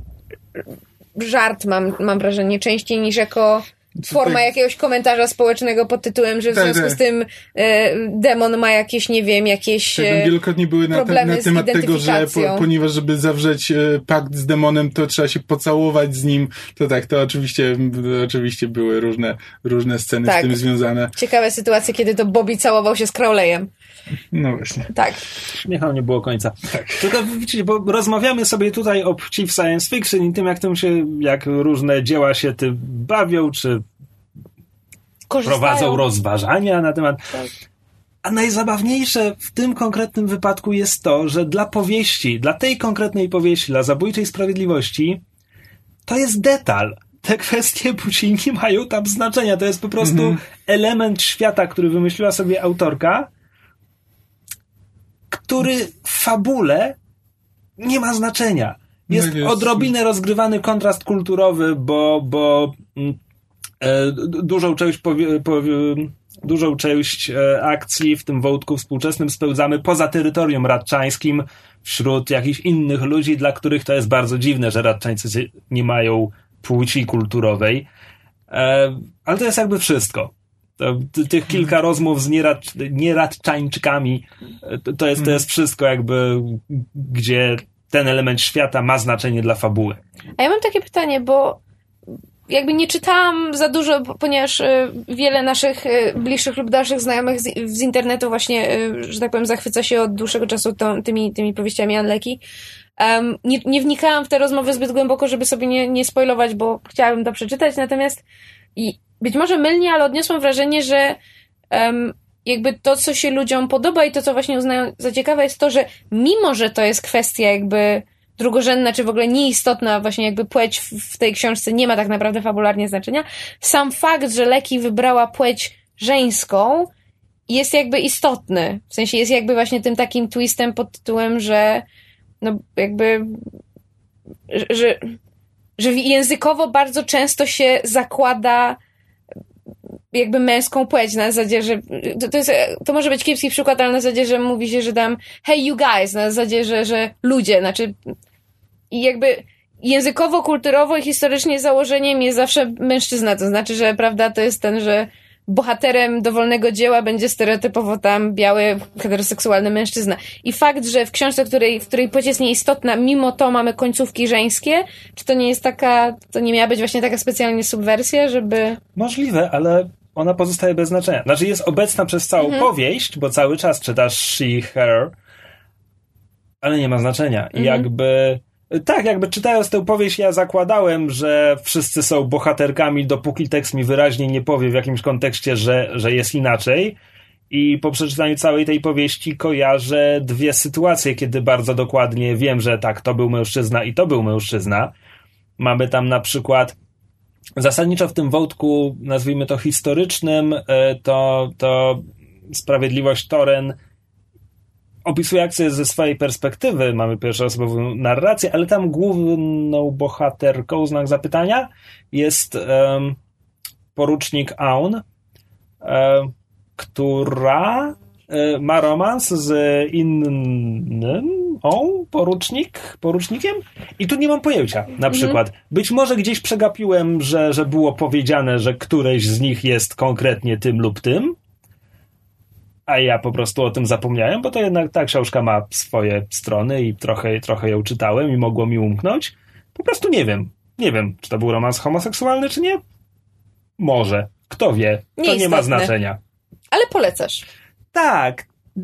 żart, mam, mam wrażenie, częściej niż jako forma tak, jakiegoś komentarza społecznego pod tytułem, że w tak, związku tak. z tym e, demon ma jakieś, nie wiem, jakieś tak, wielokrotnie były na, te, na temat tego, że po, ponieważ żeby zawrzeć e, pakt z demonem, to trzeba się pocałować z nim. To tak, to oczywiście to oczywiście były różne, różne sceny tak. z tym związane. Ciekawe sytuacje, kiedy to Bobby całował się z Crowleyem. No właśnie. Tak. Śmiecha nie było końca. Tak. Tylko widzicie, bo rozmawiamy sobie tutaj o płci w science fiction i tym, jak tym się, jak różne dzieła się tym bawią, czy korzystają. Prowadzą rozważania na temat. Tak. A najzabawniejsze w tym konkretnym wypadku jest to, że dla powieści, dla tej konkretnej powieści, dla Zabójczej Sprawiedliwości, to jest detal. Te kwestie płci nie mają tam znaczenia. To jest po prostu mm-hmm. element świata, który wymyśliła sobie autorka, który w fabule nie ma znaczenia. Jest, no jest odrobinę rozgrywany kontrast kulturowy, bo, bo e, dużą część powie, powie, dużą część e, akcji w tym wątku współczesnym spełzamy poza terytorium radczańskim wśród jakichś innych ludzi, dla których to jest bardzo dziwne, że radczańcy nie mają płci kulturowej. E, ale to jest jakby wszystko. To, tych kilka rozmów z nierad, nieradczańczykami to, to, jest, to jest wszystko jakby, gdzie ten element świata ma znaczenie dla fabuły. A ja mam takie pytanie, bo jakby nie czytałam za dużo, ponieważ wiele naszych bliższych lub dalszych znajomych z, z internetu właśnie, że tak powiem, zachwyca się od dłuższego czasu tą, tymi, tymi powieściami Anleki. Um, nie, nie wnikałam w te rozmowy zbyt głęboko, żeby sobie nie, nie spoilować, bo chciałabym to przeczytać, natomiast i być może mylnie, ale odniosłam wrażenie, że um, jakby to, co się ludziom podoba i to, co właśnie uznają za ciekawe, jest to, że mimo, że to jest kwestia jakby drugorzędna, czy w ogóle nieistotna, właśnie jakby płeć w, w tej książce nie ma tak naprawdę fabularnie znaczenia, sam fakt, że Leki wybrała płeć żeńską jest jakby istotny. W sensie jest jakby właśnie tym takim twistem pod tytułem, że no jakby że, że językowo bardzo często się zakłada jakby męską płeć na zasadzie, że to, to, jest, to może być kiepski przykład, ale na zasadzie, że mówi się, że dam hey you guys, na zasadzie, że, że ludzie, znaczy i jakby językowo, kulturowo i historycznie założeniem jest zawsze mężczyzna, to znaczy, że prawda, to jest ten, że bohaterem dowolnego dzieła będzie stereotypowo tam biały, heteroseksualny mężczyzna. I fakt, że w książce, której, w której płeć jest nieistotna, mimo to mamy końcówki żeńskie, czy to nie jest taka, to nie miała być właśnie taka specjalnie subwersja, żeby... Możliwe, ale ona pozostaje bez znaczenia. Znaczy jest obecna przez całą mhm. powieść, bo cały czas czytasz she, her, ale nie ma znaczenia. I mhm. jakby... Tak, jakby czytając tę powieść ja zakładałem, że wszyscy są bohaterkami, dopóki tekst mi wyraźnie nie powie w jakimś kontekście, że, że jest inaczej. I po przeczytaniu całej tej powieści kojarzę dwie sytuacje, kiedy bardzo dokładnie wiem, że tak, to był mężczyzna i to był mężczyzna. Mamy tam na przykład zasadniczo w tym wątku, nazwijmy to historycznym, to, to Sprawiedliwość Toren opisuje akcję ze swojej perspektywy, mamy pierwszoosobową narrację, ale tam główną bohaterką, znak zapytania, jest um, porucznik Aun, um, która um, ma romans z innym o, porucznik, porucznikiem i tu nie mam pojęcia, na przykład. Mhm. Być może gdzieś przegapiłem, że, że było powiedziane, że któreś z nich jest konkretnie tym lub tym, a ja po prostu o tym zapomniałem, bo to jednak ta książka ma swoje strony i trochę, trochę ją czytałem i mogło mi umknąć. Po prostu nie wiem. Nie wiem, czy to był romans homoseksualny, czy nie. Może. Kto wie. To nie, nie ma znaczenia. Ale polecasz. Tak.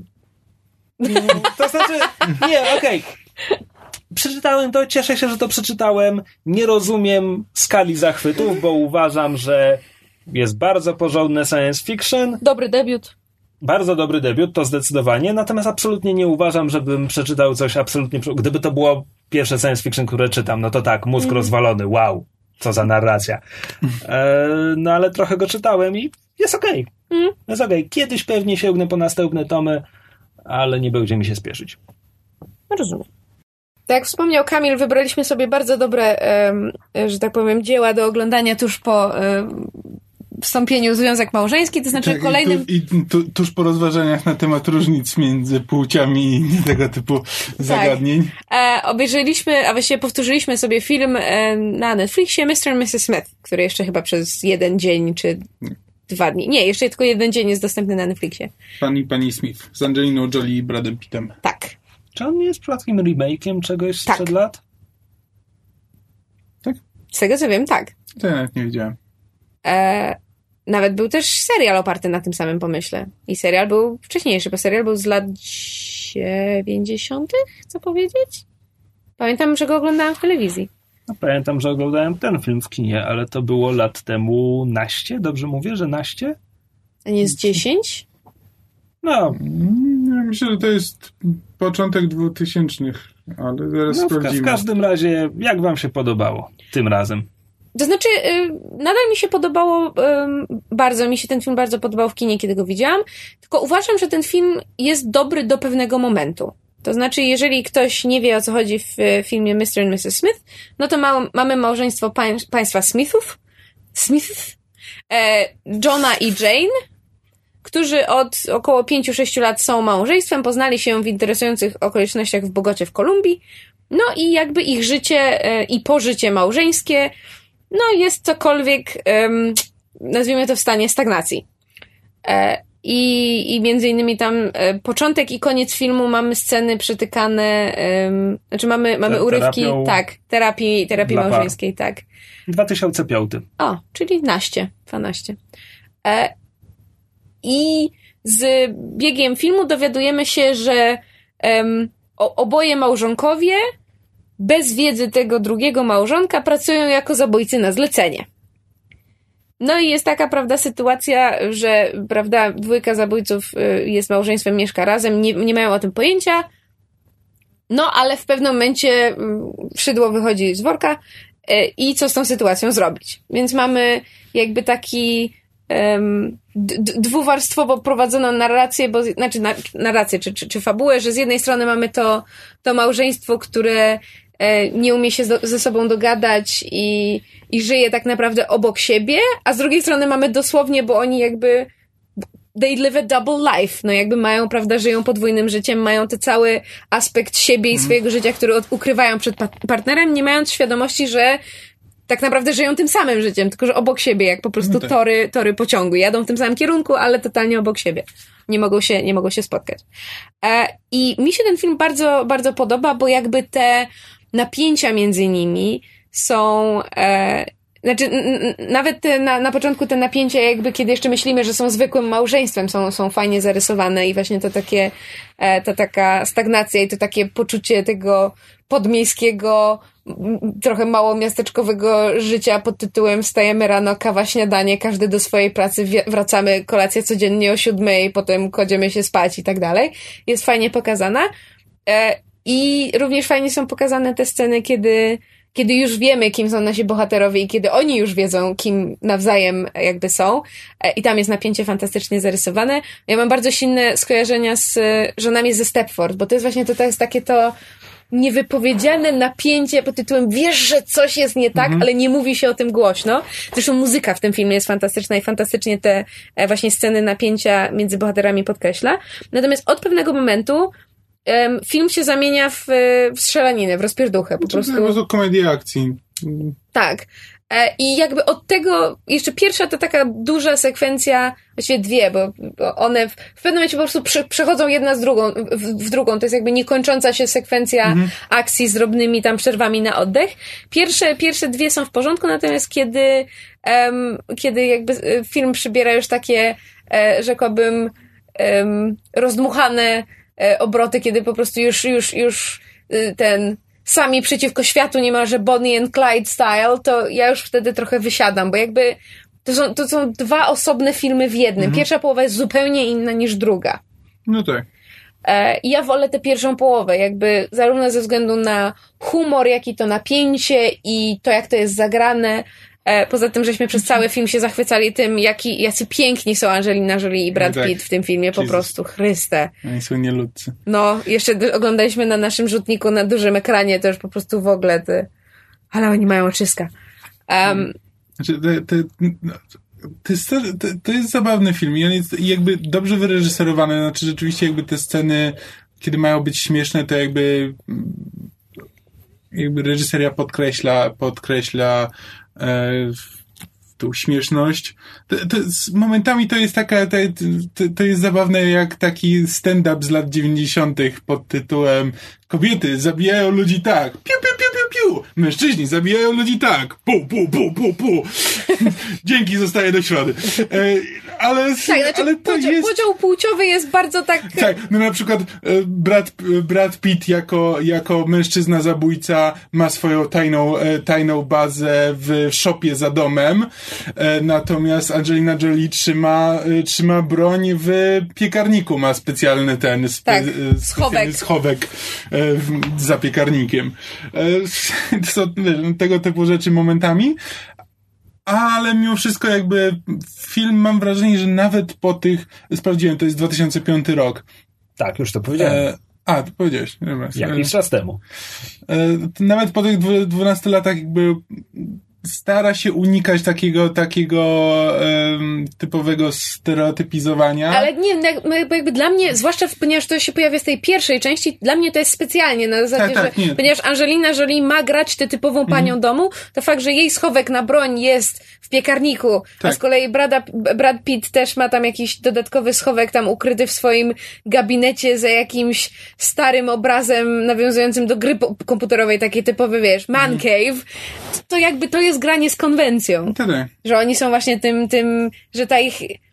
To znaczy... Nie, okej. Okay. Przeczytałem to, cieszę się, że to przeczytałem. Nie rozumiem skali zachwytów, bo uważam, że jest bardzo porządne science fiction. Dobry debiut. Bardzo dobry debiut, to zdecydowanie, natomiast absolutnie nie uważam, żebym przeczytał coś absolutnie... Gdyby to było pierwsze science fiction, które czytam, no to tak, mózg mm. rozwalony, wow, co za narracja. E, no ale trochę go czytałem i jest okej. Okay. Mm. Jest okej. Okay. Kiedyś pewnie sięgnę po następne tomy, ale nie będzie mi się spieszyć. Rozumiem. Tak jak wspomniał Kamil, wybraliśmy sobie bardzo dobre, um, że tak powiem, dzieła do oglądania tuż po... Um, wstąpieniu w związek małżeński, to znaczy tak, kolejnym... I, tu, i tu, tuż po rozważaniach na temat różnic między płciami i tego typu tak. zagadnień. E, obejrzeliśmy, a właściwie powtórzyliśmy sobie film e, na Netflixie mister and missus Smith, który jeszcze chyba przez jeden dzień, czy dwa dni. Nie, jeszcze tylko jeden dzień jest dostępny na Netflixie. Pan i pani Smith z Angeliną Jolie i Bradem Pittem. Tak. Czy on nie jest przypadkiem remake'iem czegoś sprzed tak. lat? Tak? Z tego co wiem, tak. To ja nawet nie wiedziałem. E, Nawet był też serial oparty na tym samym pomyśle. I serial był wcześniejszy, bo serial był z lat dziewięćdziesiątych, co powiedzieć? Pamiętam, że go oglądałam w telewizji. No, pamiętam, że oglądałem ten film w kinie, ale to było lat temu naście? Dobrze mówię, że naście? A nie z dziesięć? No. Ja myślę, że to jest początek dwutysięcznych, ale zaraz no, sprawdzimy. W każdym razie, jak wam się podobało tym razem? To znaczy, yy, nadal mi się podobało, yy, bardzo, mi się ten film bardzo podobał w kinie, kiedy go widziałam, tylko uważam, że ten film jest dobry do pewnego momentu. To znaczy, jeżeli ktoś nie wie, o co chodzi w filmie mister and missus Smith, no to ma, mamy małżeństwo pań, państwa Smithów, Smithów, e, Johna i Jane, którzy od około pięciu sześciu lat są małżeństwem, poznali się w interesujących okolicznościach w Bogocie w Kolumbii, no i jakby ich życie e, i pożycie małżeńskie no jest cokolwiek, um, nazwijmy to w stanie stagnacji. E, i, I między innymi tam e, początek i koniec filmu mamy sceny przytykane, um, znaczy mamy, mamy urywki, tak, terapii, terapii małżeńskiej, tak. dwa tysiące piąty. O, czyli naście, dwanaście. E, I z biegiem filmu dowiadujemy się, że um, o, oboje małżonkowie bez wiedzy tego drugiego małżonka pracują jako zabójcy na zlecenie. No i jest taka, prawda, sytuacja, że, prawda, dwójka zabójców jest małżeństwem, mieszka razem, nie, nie mają o tym pojęcia, no ale w pewnym momencie szydło wychodzi z worka i co z tą sytuacją zrobić. Więc mamy jakby taki um, d- dwuwarstwowo prowadzoną narrację, bo, znaczy na, narrację czy, czy, czy fabułę, że z jednej strony mamy to, to małżeństwo, które nie umie się ze sobą dogadać i, i żyje tak naprawdę obok siebie, a z drugiej strony mamy dosłownie, bo oni jakby they live a double life, no jakby mają, prawda, żyją podwójnym życiem, mają ten cały aspekt siebie i swojego życia, który od, ukrywają przed pa- partnerem, nie mając świadomości, że tak naprawdę żyją tym samym życiem, tylko że obok siebie, jak po prostu no tak. tory, tory pociągu. Jadą w tym samym kierunku, ale totalnie obok siebie. Nie mogą się, nie mogą się spotkać. E, I mi się ten film bardzo, bardzo podoba, bo jakby te napięcia między nimi są... E, Znaczy, n- n- nawet te, na, na początku te napięcia, jakby kiedy jeszcze myślimy, że są zwykłym małżeństwem, są, są fajnie zarysowane i właśnie to takie, e, to taka stagnacja i to takie poczucie tego podmiejskiego, m, trochę mało miasteczkowego życia pod tytułem wstajemy rano, kawa, śniadanie, każdy do swojej pracy, wi- wracamy, kolacja codziennie o siódmej, potem kładziemy się spać i tak dalej. Jest fajnie pokazana. E, I również fajnie są pokazane te sceny, kiedy kiedy już wiemy, kim są nasi bohaterowie i kiedy oni już wiedzą, kim nawzajem jakby są. I tam jest napięcie fantastycznie zarysowane. Ja mam bardzo silne skojarzenia z żonami ze Stepford, bo to jest właśnie to, to jest takie to niewypowiedziane napięcie pod tytułem wiesz, że coś jest nie tak, mhm. ale nie mówi się o tym głośno. Zresztą muzyka w tym filmie jest fantastyczna i fantastycznie te właśnie sceny napięcia między bohaterami podkreśla. Natomiast od pewnego momentu Um, film się zamienia w, w strzelaninę, w rozpierduchę po prostu. To po prostu komedię akcji. Tak. E, I jakby od tego, jeszcze pierwsza to taka duża sekwencja, właściwie dwie, bo, bo one w, w pewnym momencie po prostu prze, przechodzą jedna z drugą, w, w drugą. To jest jakby niekończąca się sekwencja mhm. akcji z drobnymi tam przerwami na oddech. Pierwsze, pierwsze dwie są w porządku, natomiast kiedy, um, kiedy jakby film przybiera już takie, e, rzekłabym, um, rozdmuchane obroty, kiedy po prostu już, już, już ten sami przeciwko światu niemalże Bonnie and Clyde style, to ja już wtedy trochę wysiadam, bo jakby to są, to są dwa osobne filmy w jednym. Mhm. Pierwsza połowa jest zupełnie inna niż druga. No tak. I ja wolę tę pierwszą połowę, jakby zarówno ze względu na humor, jak i to napięcie i to, jak to jest zagrane. Poza tym, żeśmy przez cały film się zachwycali tym, jaki, jacy piękni są Angelina Jolie i Brad tak. Pitt w tym filmie, po Jesus. prostu. Chryste. Oni są nieludcy. No, jeszcze oglądaliśmy na naszym rzutniku na dużym ekranie, to już po prostu w ogóle ty... Ale oni mają oczyska. Um, znaczy, te, te, to, jest, to, to jest zabawny film i on jest jakby dobrze wyreżyserowany, znaczy rzeczywiście jakby te sceny, kiedy mają być śmieszne, to jakby jakby reżyseria podkreśla podkreśla e, tą śmieszność. To, to, momentami to jest taka, to, to, to jest zabawne jak taki stand-up z lat dziewięćdziesiątych pod tytułem kobiety zabijają ludzi tak, piu, piu, piu, piu, piu. Mężczyźni zabijają ludzi tak, pu, pu, pu, pu, pu. Dzięki, zostaje do środy. E, ale, tak, znaczy ale to podział, jest... podział płciowy jest bardzo tak... Tak, no na przykład e, Brad, Brad Pitt jako, jako mężczyzna zabójca ma swoją tajną, e, tajną bazę w szopie za domem, e, natomiast Angelina Jolie trzyma, e, trzyma broń w piekarniku, ma specjalny ten spe, tak, e, schowek, schowek e, w, za piekarnikiem. E, to są tego typu rzeczy momentami. Ale mimo wszystko jakby film, mam wrażenie, że nawet po tych, sprawdziłem, to jest dwa tysiące piąty rok. Tak, już to powiedziałem. E, a, to powiedziałeś. Jakiś czas temu. E, nawet po tych dwunastu latach jakby stara się unikać takiego, takiego um, typowego stereotypizowania. Ale nie, bo jakby dla mnie, zwłaszcza ponieważ to się pojawia z tej pierwszej części, dla mnie to jest specjalnie na zasadzie, tak, tak, że nie. Ponieważ Angelina Jolie ma grać tę typową panią mm. domu, to fakt, że jej schowek na broń jest w piekarniku, tak. a z kolei Brada, Brad Pitt też ma tam jakiś dodatkowy schowek tam ukryty w swoim gabinecie za jakimś starym obrazem nawiązującym do gry komputerowej, takie typowe, wiesz, man mm. cave, to jakby to jest granie z konwencją. Wtedy. Że oni są właśnie tym, tym, że ta ich,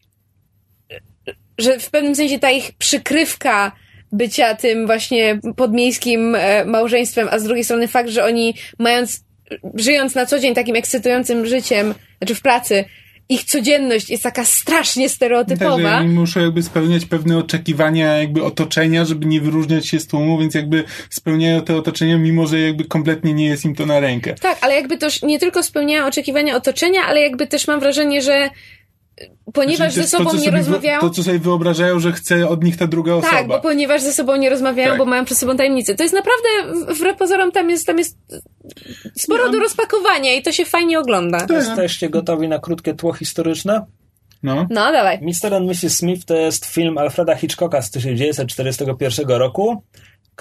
że w pewnym sensie ta ich przykrywka bycia tym właśnie podmiejskim e, małżeństwem, a z drugiej strony fakt, że oni mając, żyjąc na co dzień takim ekscytującym życiem, znaczy w pracy, ich codzienność jest taka strasznie stereotypowa. Tak, oni muszą jakby spełniać pewne oczekiwania jakby otoczenia, żeby nie wyróżniać się z tłumu, więc jakby spełniają te otoczenia, mimo że jakby kompletnie nie jest im to na rękę. Tak, ale jakby też nie tylko spełniają oczekiwania otoczenia, ale jakby też mam wrażenie, że ponieważ znaczy, ze sobą to, nie rozmawiają... To, co sobie wyobrażają, że chce od nich ta druga osoba. Tak, bo ponieważ ze sobą nie rozmawiają, tak. bo mają przed sobą tajemnice. To jest naprawdę, wbrew pozorom, tam jest, tam jest sporo no. do rozpakowania i to się fajnie ogląda. To Jesteście gotowi na krótkie tło historyczne? No. No, dawaj. mister and missus Smith to jest film Alfreda Hitchcocka z tysiąc dziewięćset czterdziestego pierwszego roku,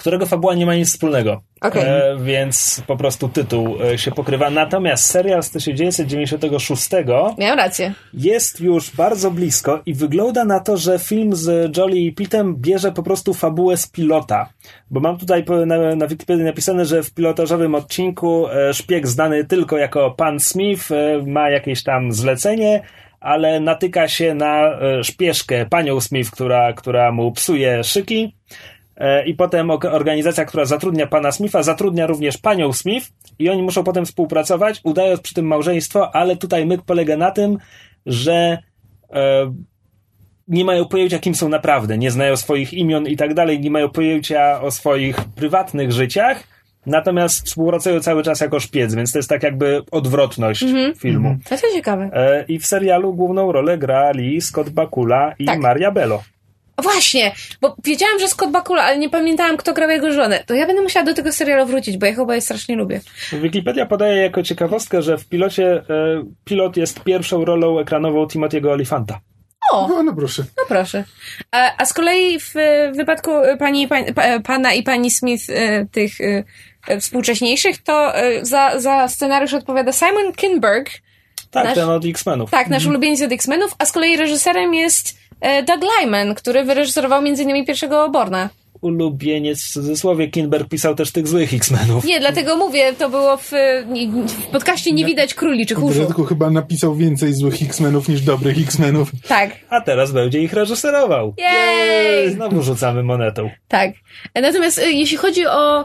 którego fabuła nie ma nic wspólnego. Okay. E, więc po prostu tytuł e, się pokrywa. Natomiast serial z tysiąc dziewięćset dziewięćdziesiątego szóstego Miałem rację. Jest już bardzo blisko i wygląda na to, że film z Jolie i Pittem bierze po prostu fabułę z pilota. Bo mam tutaj na, na Wikipedii napisane, że w pilotażowym odcinku e, szpieg znany tylko jako pan Smith e, ma jakieś tam zlecenie, ale natyka się na e, szpieszkę panią Smith, która, która mu psuje szyki. I potem organizacja, która zatrudnia pana Smitha, zatrudnia również panią Smith i oni muszą potem współpracować, udając przy tym małżeństwo, ale tutaj myk polega na tym, że e, nie mają pojęcia, kim są naprawdę, nie znają swoich imion i tak dalej, nie mają pojęcia o swoich prywatnych życiach, natomiast współpracują cały czas jako szpiec, więc to jest tak jakby odwrotność mm-hmm. filmu. Mm-hmm. To jest ciekawe. E, I w serialu główną rolę grali Scott Bakula i tak. Maria Bello. Właśnie, bo wiedziałam, że Scott Bakula, ale nie pamiętałam, kto grał jego żonę. To ja będę musiała do tego serialu wrócić, bo ja chyba je strasznie lubię. Wikipedia podaje jako ciekawostkę, że w pilocie e, pilot jest pierwszą rolą ekranową Timothy'ego Olyphanta. O! No, no proszę. No proszę. A, a z kolei w wypadku pani, pani, pana i pani Smith e, tych e, współcześniejszych, to e, za, za scenariusz odpowiada Simon Kinberg. Tak, nasz, ten od X-Menów. Tak, nasz mhm. ulubieniec od X-Menów, a z kolei reżyserem jest Doug Liman, który wyreżyserował między innymi pierwszego Borna. Ulubieniec w cudzysłowie. Kinberg pisał też tych złych X-Menów. Nie, dlatego mówię, to było w, w podcaście Nie widać króliczych uszu. Tylko chyba napisał więcej złych X-Menów niż dobrych X-Menów. Tak. A teraz będzie ich reżyserował. Jej! Znowu rzucamy monetą. Tak. Natomiast jeśli chodzi o...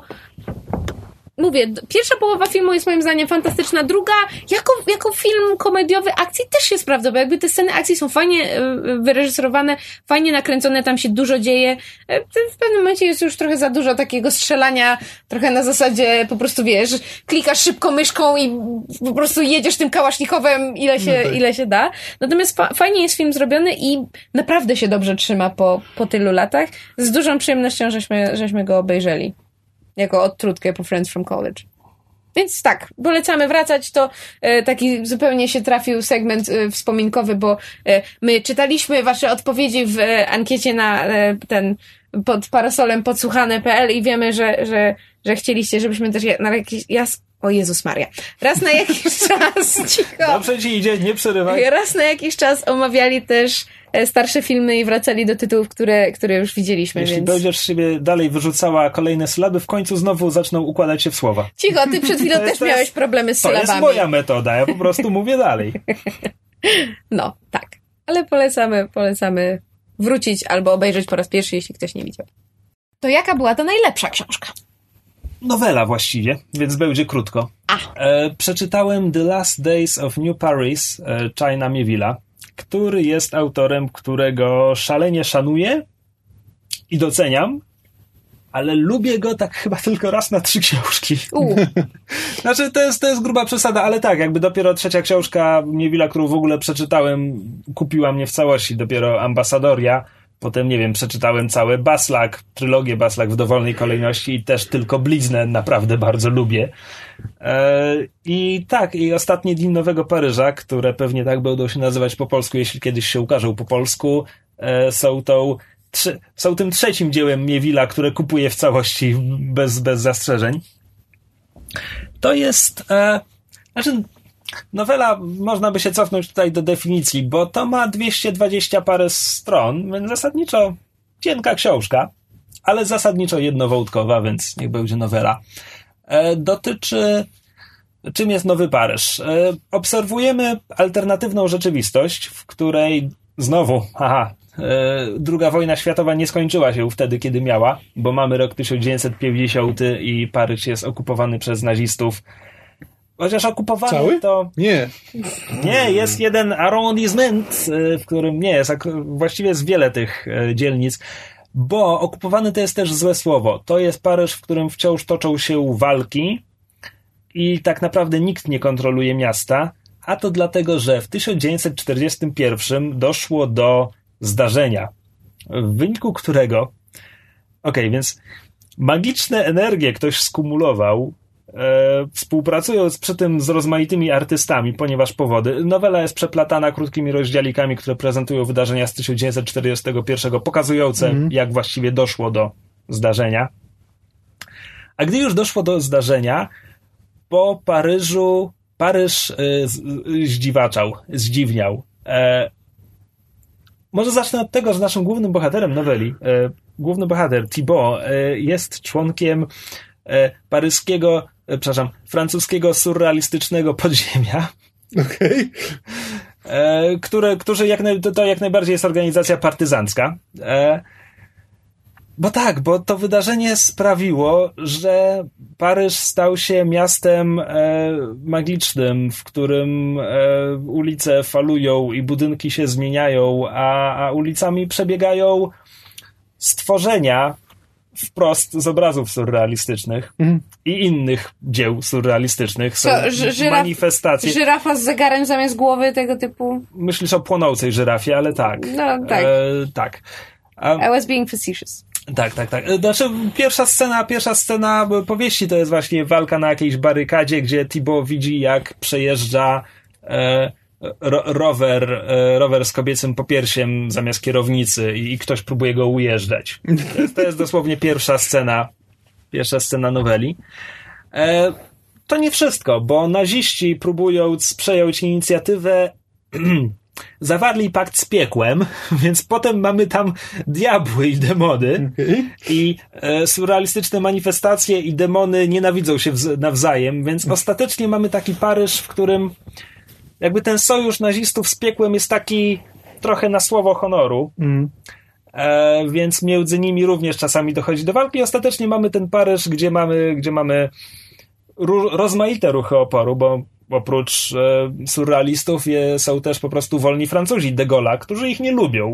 Mówię, pierwsza połowa filmu jest moim zdaniem fantastyczna, druga jako, jako film komediowy akcji też się sprawdza, bo jakby te sceny akcji są fajnie wyreżyserowane, fajnie nakręcone, tam się dużo dzieje. W pewnym momencie jest już trochę za dużo takiego strzelania, trochę na zasadzie po prostu wiesz, klikasz szybko myszką i po prostu jedziesz tym kałasznikowem ile się, no tak. ile się da. Natomiast fa- fajnie jest film zrobiony i naprawdę się dobrze trzyma po, po tylu latach. Z dużą przyjemnością żeśmy, żeśmy go obejrzeli. Jako odtrutkę po Friends from College. Więc tak, polecamy wracać. To e, taki zupełnie się trafił segment e, wspominkowy, bo e, my czytaliśmy wasze odpowiedzi w e, ankiecie na e, ten pod parasolem podsłuchane kropka p l i wiemy, że, że, że chcieliście, żebyśmy też na jakiś... Jas... O Jezus Maria. Raz na jakiś czas... Cicho. Dobrze ci idzie, nie przerywaj. Raz na jakiś czas omawiali też starsze filmy i wracali do tytułów, które, które już widzieliśmy. Jeśli więc... będziesz siebie dalej wyrzucała kolejne sylaby, w końcu znowu zaczną układać się w słowa. Cicho, ty przed chwilą też miałeś jest, problemy z sylabami. To jest moja metoda, ja po prostu mówię dalej. No, tak. Ale polecamy, polecamy wrócić albo obejrzeć po raz pierwszy, jeśli ktoś nie widział. To jaka była to najlepsza książka? Nowela właściwie, więc będzie krótko. E, przeczytałem The Last Days of New Paris e, China Miéville'a, który jest autorem, którego szalenie szanuję i doceniam, ale lubię go tak chyba tylko raz na trzy książki. Znaczy, to jest, to jest gruba przesada, ale tak, jakby dopiero trzecia książka Miéville'a, którą w ogóle przeczytałem, kupiła mnie w całości, dopiero Ambasadoria. Potem, nie wiem, przeczytałem całe Baslak, trylogię Baslak w dowolnej kolejności i też tylko Bliznę naprawdę bardzo lubię. E, I tak, i Ostatnie dni Nowego Paryża, które pewnie tak będą się nazywać po polsku, jeśli kiedyś się ukażą po polsku, e, są tą, trzy, są tym trzecim dziełem Miéville'a, które kupuję w całości bez, bez zastrzeżeń. To jest... E, znaczy... Nowela, można by się cofnąć tutaj do definicji, bo to ma dwieście dwadzieścia parę stron, więc zasadniczo cienka książka, ale zasadniczo jednowątkowa, więc niech będzie nowela. E, dotyczy... Czym jest Nowy Paryż? E, obserwujemy alternatywną rzeczywistość, w której znowu, haha, e, druga wojna światowa nie skończyła się wtedy, kiedy miała, bo mamy rok tysiąc dziewięćset pięćdziesiąty i Paryż jest okupowany przez nazistów. Chociaż okupowany Cały? to... Nie. Nie, jest jeden arrondissement, w którym nie jest, właściwie jest wiele tych dzielnic, bo okupowany to jest też złe słowo. To jest Paryż, w którym wciąż toczą się walki i tak naprawdę nikt nie kontroluje miasta, a to dlatego, że w tysiąc dziewięćset czterdziestym pierwszym doszło do zdarzenia, w wyniku którego... Okej, okay, więc magiczne energie ktoś skumulował, E, współpracując przy tym z rozmaitymi artystami, ponieważ powody. Nowela jest przeplatana krótkimi rozdziałikami, które prezentują wydarzenia z tysiąc dziewięćset czterdziestego pierwszego, pokazujące, mm. jak właściwie doszło do zdarzenia. A gdy już doszło do zdarzenia, po Paryżu Paryż y, z, y, zdziwaczał, zdziwniał. E, może zacznę od tego, że naszym głównym bohaterem noweli, e, główny bohater Thibault e, jest członkiem e, paryskiego, e, przepraszam, francuskiego surrealistycznego podziemia. Okej. Okay. Które, którzy jak naj, to, to jak najbardziej jest organizacja partyzancka. E, Bo tak, bo to wydarzenie sprawiło, że Paryż stał się miastem e, magicznym, w którym e, ulice falują i budynki się zmieniają, a, a ulicami przebiegają stworzenia wprost z obrazów surrealistycznych mm. i innych dzieł surrealistycznych. Są Co, ż- żyraf, manifestacje. Żyrafa z zegarem zamiast głowy, tego typu? Myślisz o płonącej żyrafie, ale tak. No, tak. E, tak. A, I was being facetious. Tak, tak, tak. Znaczy, pierwsza scena, pierwsza scena powieści to jest właśnie walka na jakiejś barykadzie, gdzie Thibault widzi, jak przejeżdża e, ro, rower, e, rower z kobiecym popiersiem zamiast kierownicy i, i ktoś próbuje go ujeżdżać. To jest, to jest dosłownie pierwsza scena, pierwsza scena noweli. E, to nie wszystko, bo naziści, próbując przejąć inicjatywę, zawarli pakt z piekłem, więc potem mamy tam diabły i demony. Okay. I e, surrealistyczne manifestacje i demony nienawidzą się wz- nawzajem, więc ostatecznie mamy taki Paryż, w którym jakby ten sojusz nazistów z piekłem jest taki trochę na słowo honoru. Mm. E, więc między nimi również czasami dochodzi do walki. I ostatecznie mamy ten Paryż, gdzie mamy, gdzie mamy ró- rozmaite ruchy oporu, bo oprócz e, surrealistów je, są też po prostu wolni Francuzi de Gaulle'a, którzy ich nie lubią.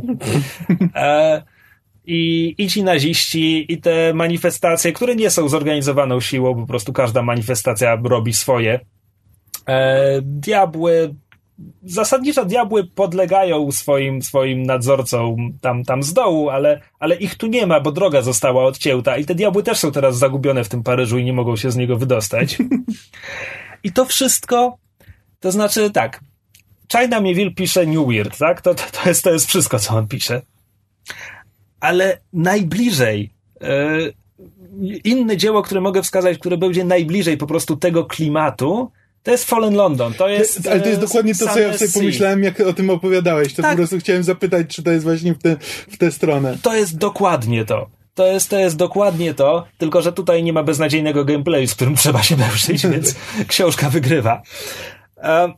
E, i, I ci naziści, i te manifestacje, które nie są zorganizowaną siłą, po prostu każda manifestacja robi swoje. E, diabły, zasadniczo diabły podlegają swoim, swoim nadzorcom tam, tam z dołu, ale, ale ich tu nie ma, bo droga została odcięta i te diabły też są teraz zagubione w tym Paryżu i nie mogą się z niego wydostać. I to wszystko, to znaczy tak, China Miéville pisze New Weird, tak? To, to, to, jest, to jest wszystko, co on pisze. Ale najbliżej, yy, inne dzieło, które mogę wskazać, które będzie najbliżej po prostu tego klimatu, to jest Fallen London. To jest, ale to jest dokładnie to, co ja sobie pomyślałem, jak o tym opowiadałeś. To tak. Po prostu chciałem zapytać, czy to jest właśnie w, te, w tę stronę. To jest dokładnie to. To jest, to jest dokładnie to, tylko że tutaj nie ma beznadziejnego gameplayu, z którym trzeba się męczyć, więc książka wygrywa. Um,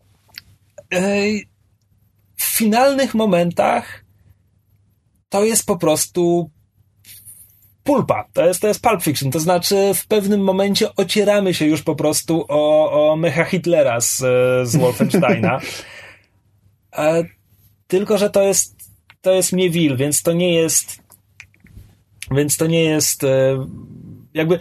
ej, w finalnych momentach to jest po prostu pulpa. To jest, to jest Pulp Fiction. To znaczy w pewnym momencie ocieramy się już po prostu o, o mecha Hitlera z, z Wolfensteina. E, tylko że to jest, to jest Miéville, więc to nie jest Więc to nie jest jakby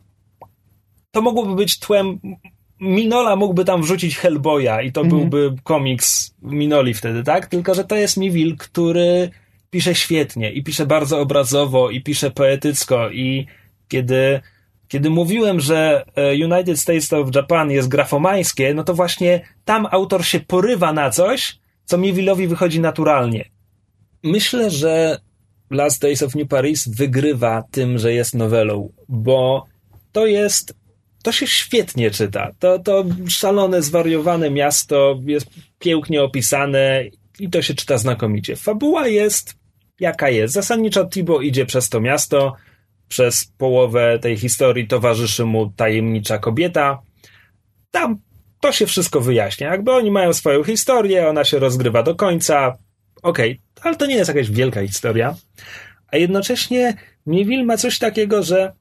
to mogłoby być tłem Minola mógłby tam wrzucić Hellboya i to mm-hmm. byłby komiks Minoli wtedy, tak? Tylko że to jest Miéville, który pisze świetnie i pisze bardzo obrazowo i pisze poetycko i kiedy, kiedy mówiłem, że United States of Japan jest grafomańskie, no to właśnie tam autor się porywa na coś, co Miéville'owi wychodzi naturalnie. Myślę, że Last Days of New Paris wygrywa tym, że jest nowelą, bo to jest, to się świetnie czyta. To, to szalone, zwariowane miasto jest pięknie opisane i to się czyta znakomicie. Fabuła jest jaka jest. Zasadniczo Thibault idzie przez to miasto, przez połowę tej historii towarzyszy mu tajemnicza kobieta. Tam to się wszystko wyjaśnia. Jakby oni mają swoją historię, ona się rozgrywa do końca. Okej, okay, ale to nie jest jakaś wielka historia. A jednocześnie Miéville ma coś takiego, że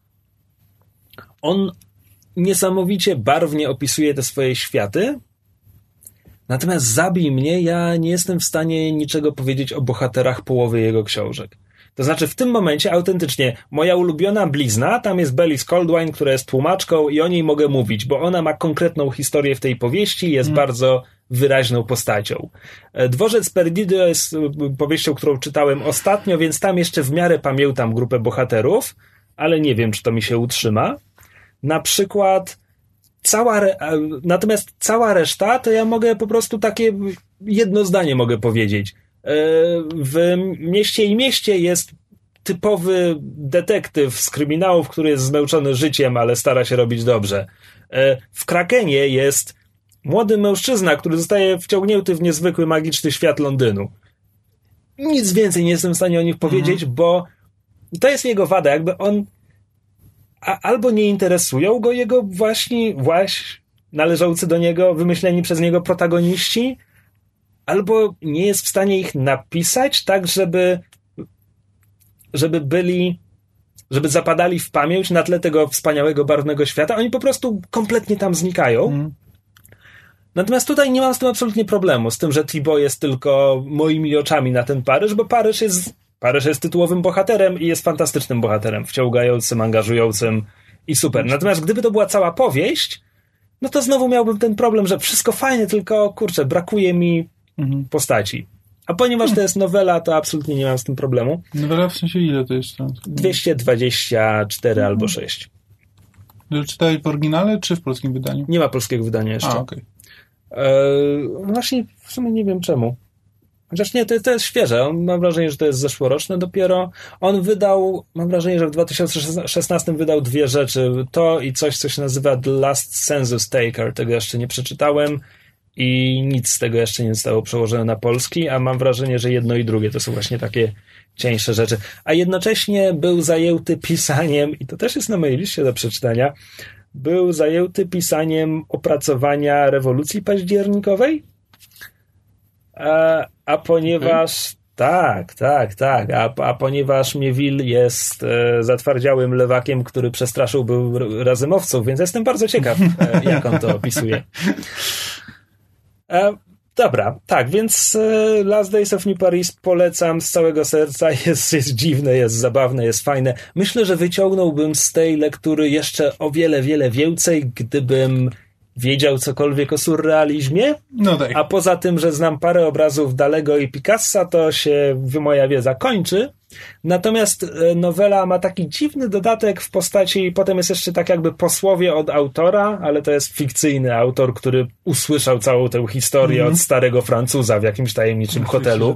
on niesamowicie barwnie opisuje te swoje światy, natomiast Zabij mnie, ja nie jestem w stanie niczego powiedzieć o bohaterach połowy jego książek. To znaczy w tym momencie autentycznie moja ulubiona blizna, tam jest Bellis Coldwine, która jest tłumaczką i o niej mogę mówić, bo ona ma konkretną historię w tej powieści, jest hmm. bardzo wyraźną postacią. Dworzec Perdido jest powieścią, którą czytałem ostatnio, więc tam jeszcze w miarę pamiętam grupę bohaterów, ale nie wiem, czy to mi się utrzyma. Na przykład cała re... natomiast cała reszta, to ja mogę po prostu takie jedno zdanie mogę powiedzieć. W Mieście i Mieście jest typowy detektyw z kryminałów, który jest zmęczony życiem, ale stara się robić dobrze. W Krakenie jest młody mężczyzna, który zostaje wciągnięty w niezwykły, magiczny świat Londynu. Nic więcej nie jestem w stanie o nich powiedzieć, mhm. bo to jest jego wada. Jakby on a, albo nie interesują go jego właśnie, właśnie należący do niego, wymyśleni przez niego protagoniści, albo nie jest w stanie ich napisać tak, żeby żeby byli, żeby zapadali w pamięć na tle tego wspaniałego, barwnego świata. Oni po prostu kompletnie tam znikają. Mm. Natomiast tutaj nie mam z tym absolutnie problemu, z tym, że Thibault jest tylko moimi oczami na ten Paryż, bo Paryż jest, Paryż jest tytułowym bohaterem i jest fantastycznym bohaterem, wciągającym, angażującym i super. Natomiast gdyby to była cała powieść, no to znowu miałbym ten problem, że wszystko fajne, tylko kurczę, brakuje mi mm. postaci. A ponieważ hmm. to jest nowela, to absolutnie nie mam z tym problemu. Nowela w sensie ile to jest? dwieście dwadzieścia cztery hmm. albo sześć. Czytałeś w oryginale, czy w polskim wydaniu? Nie ma polskiego wydania jeszcze. A, okej. Okay. Eee, właśnie w sumie nie wiem czemu. Chociaż nie, to, to jest świeże. On, mam wrażenie, że to jest zeszłoroczne dopiero. On wydał, mam wrażenie, że w dwa tysiące szesnastym wydał dwie rzeczy. To i coś, co się nazywa The Last Census Taker. Tego jeszcze nie przeczytałem. I nic z tego jeszcze nie zostało przełożone na polski, a mam wrażenie, że jedno i drugie to są właśnie takie cieńsze rzeczy. A jednocześnie był zajęty pisaniem, i to też jest na mojej liście do przeczytania, był zajęty pisaniem opracowania rewolucji październikowej, a, a ponieważ okay. tak, tak, tak, a, a ponieważ Mieville jest e, zatwardziałym lewakiem, który przestraszył był razymowców, więc jestem bardzo ciekaw, e, jak on to opisuje. E, dobra, tak, więc e, Last Days of New Paris polecam z całego serca, jest, jest dziwne, jest zabawne, jest fajne. Myślę, że wyciągnąłbym z tej lektury jeszcze o wiele, wiele więcej, gdybym wiedział cokolwiek o surrealizmie, no tak. A poza tym, że znam parę obrazów Dalego i Picassa, to się moja wiedza kończy. Natomiast nowela ma taki dziwny dodatek w postaci, potem jest jeszcze tak jakby posłowie od autora, ale to jest fikcyjny autor, który usłyszał całą tę historię mm-hmm. od starego Francuza w jakimś tajemniczym hotelu.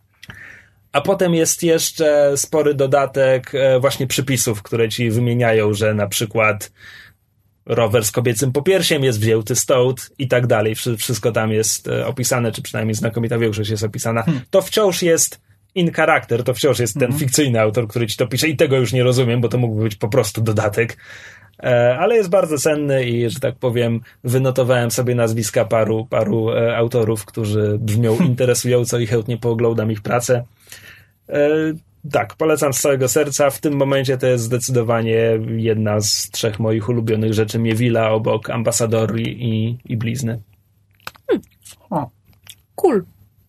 A potem jest jeszcze spory dodatek właśnie przypisów, które ci wymieniają, że na przykład rower z kobiecym popiersiem jest wzięty stąd i tak dalej. Wszystko tam jest opisane, czy przynajmniej znakomita większość jest opisana. Hmm. To wciąż jest in character, to wciąż jest ten hmm. fikcyjny autor, który ci to pisze i tego już nie rozumiem, bo to mógłby być po prostu dodatek. E, ale jest bardzo cenny i, że tak powiem, wynotowałem sobie nazwiska paru, paru e, autorów, którzy brzmią interesująco i chętnie pooglądam ich pracę. E, Tak, polecam z całego serca. W tym momencie to jest zdecydowanie jedna z trzech moich ulubionych rzeczy Mieville'a obok Ambasador i, i Blizny. Hmm. O. Cool.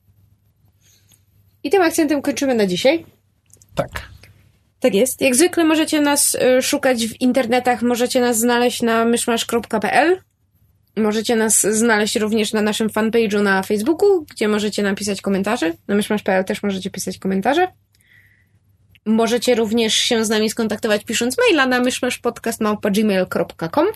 I tym akcentem kończymy na dzisiaj. Tak. Tak jest. Jak zwykle możecie nas y, szukać w internetach, możecie nas znaleźć na myszmasz kropka pe el. Możecie nas znaleźć również na naszym fanpage'u na Facebooku, gdzie możecie napisać komentarze. Na myszmasz kropka pe el też możecie pisać komentarze. Możecie również się z nami skontaktować pisząc maila na myszmaszpodcast małpa gmail kropka com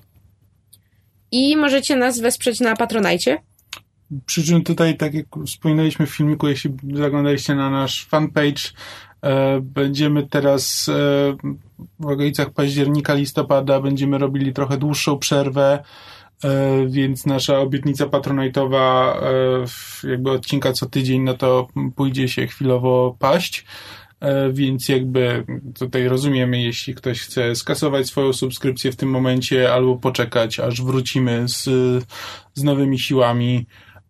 i możecie nas wesprzeć na Patronite. Przy czym tutaj, tak jak wspominaliśmy w filmiku, jeśli zaglądaliście na nasz fanpage, e, będziemy teraz e, w okolicach października, listopada będziemy robili trochę dłuższą przerwę, e, więc nasza obietnica patronite'owa e, jakby odcinka co tydzień, no to pójdzie się chwilowo paść. Więc jakby tutaj rozumiemy, jeśli ktoś chce skasować swoją subskrypcję w tym momencie albo poczekać, aż wrócimy z, z nowymi siłami.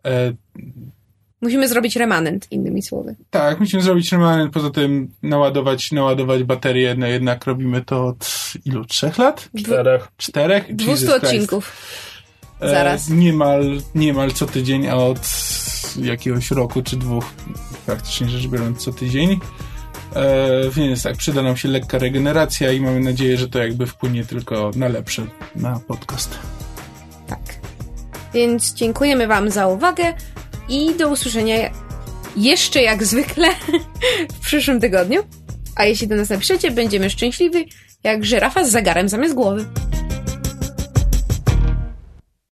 Musimy zrobić remanent, innymi słowy. Tak, musimy zrobić remanent, poza tym naładować, naładować baterię, no jednak robimy to od ilu? Trzech lat? Czterech. Czterech? Dwustu odcinków. Zaraz. E, niemal, niemal co tydzień, a od jakiegoś roku czy dwóch praktycznie rzecz biorąc co tydzień. E, więc tak, przyda nam się lekka regeneracja i mamy nadzieję, że to jakby wpłynie tylko na lepsze, na podcast. Tak. Więc dziękujemy wam za uwagę i do usłyszenia jeszcze jak zwykle w przyszłym tygodniu. A jeśli do nas napiszecie, będziemy szczęśliwi jak żyrafa z zegarem zamiast głowy.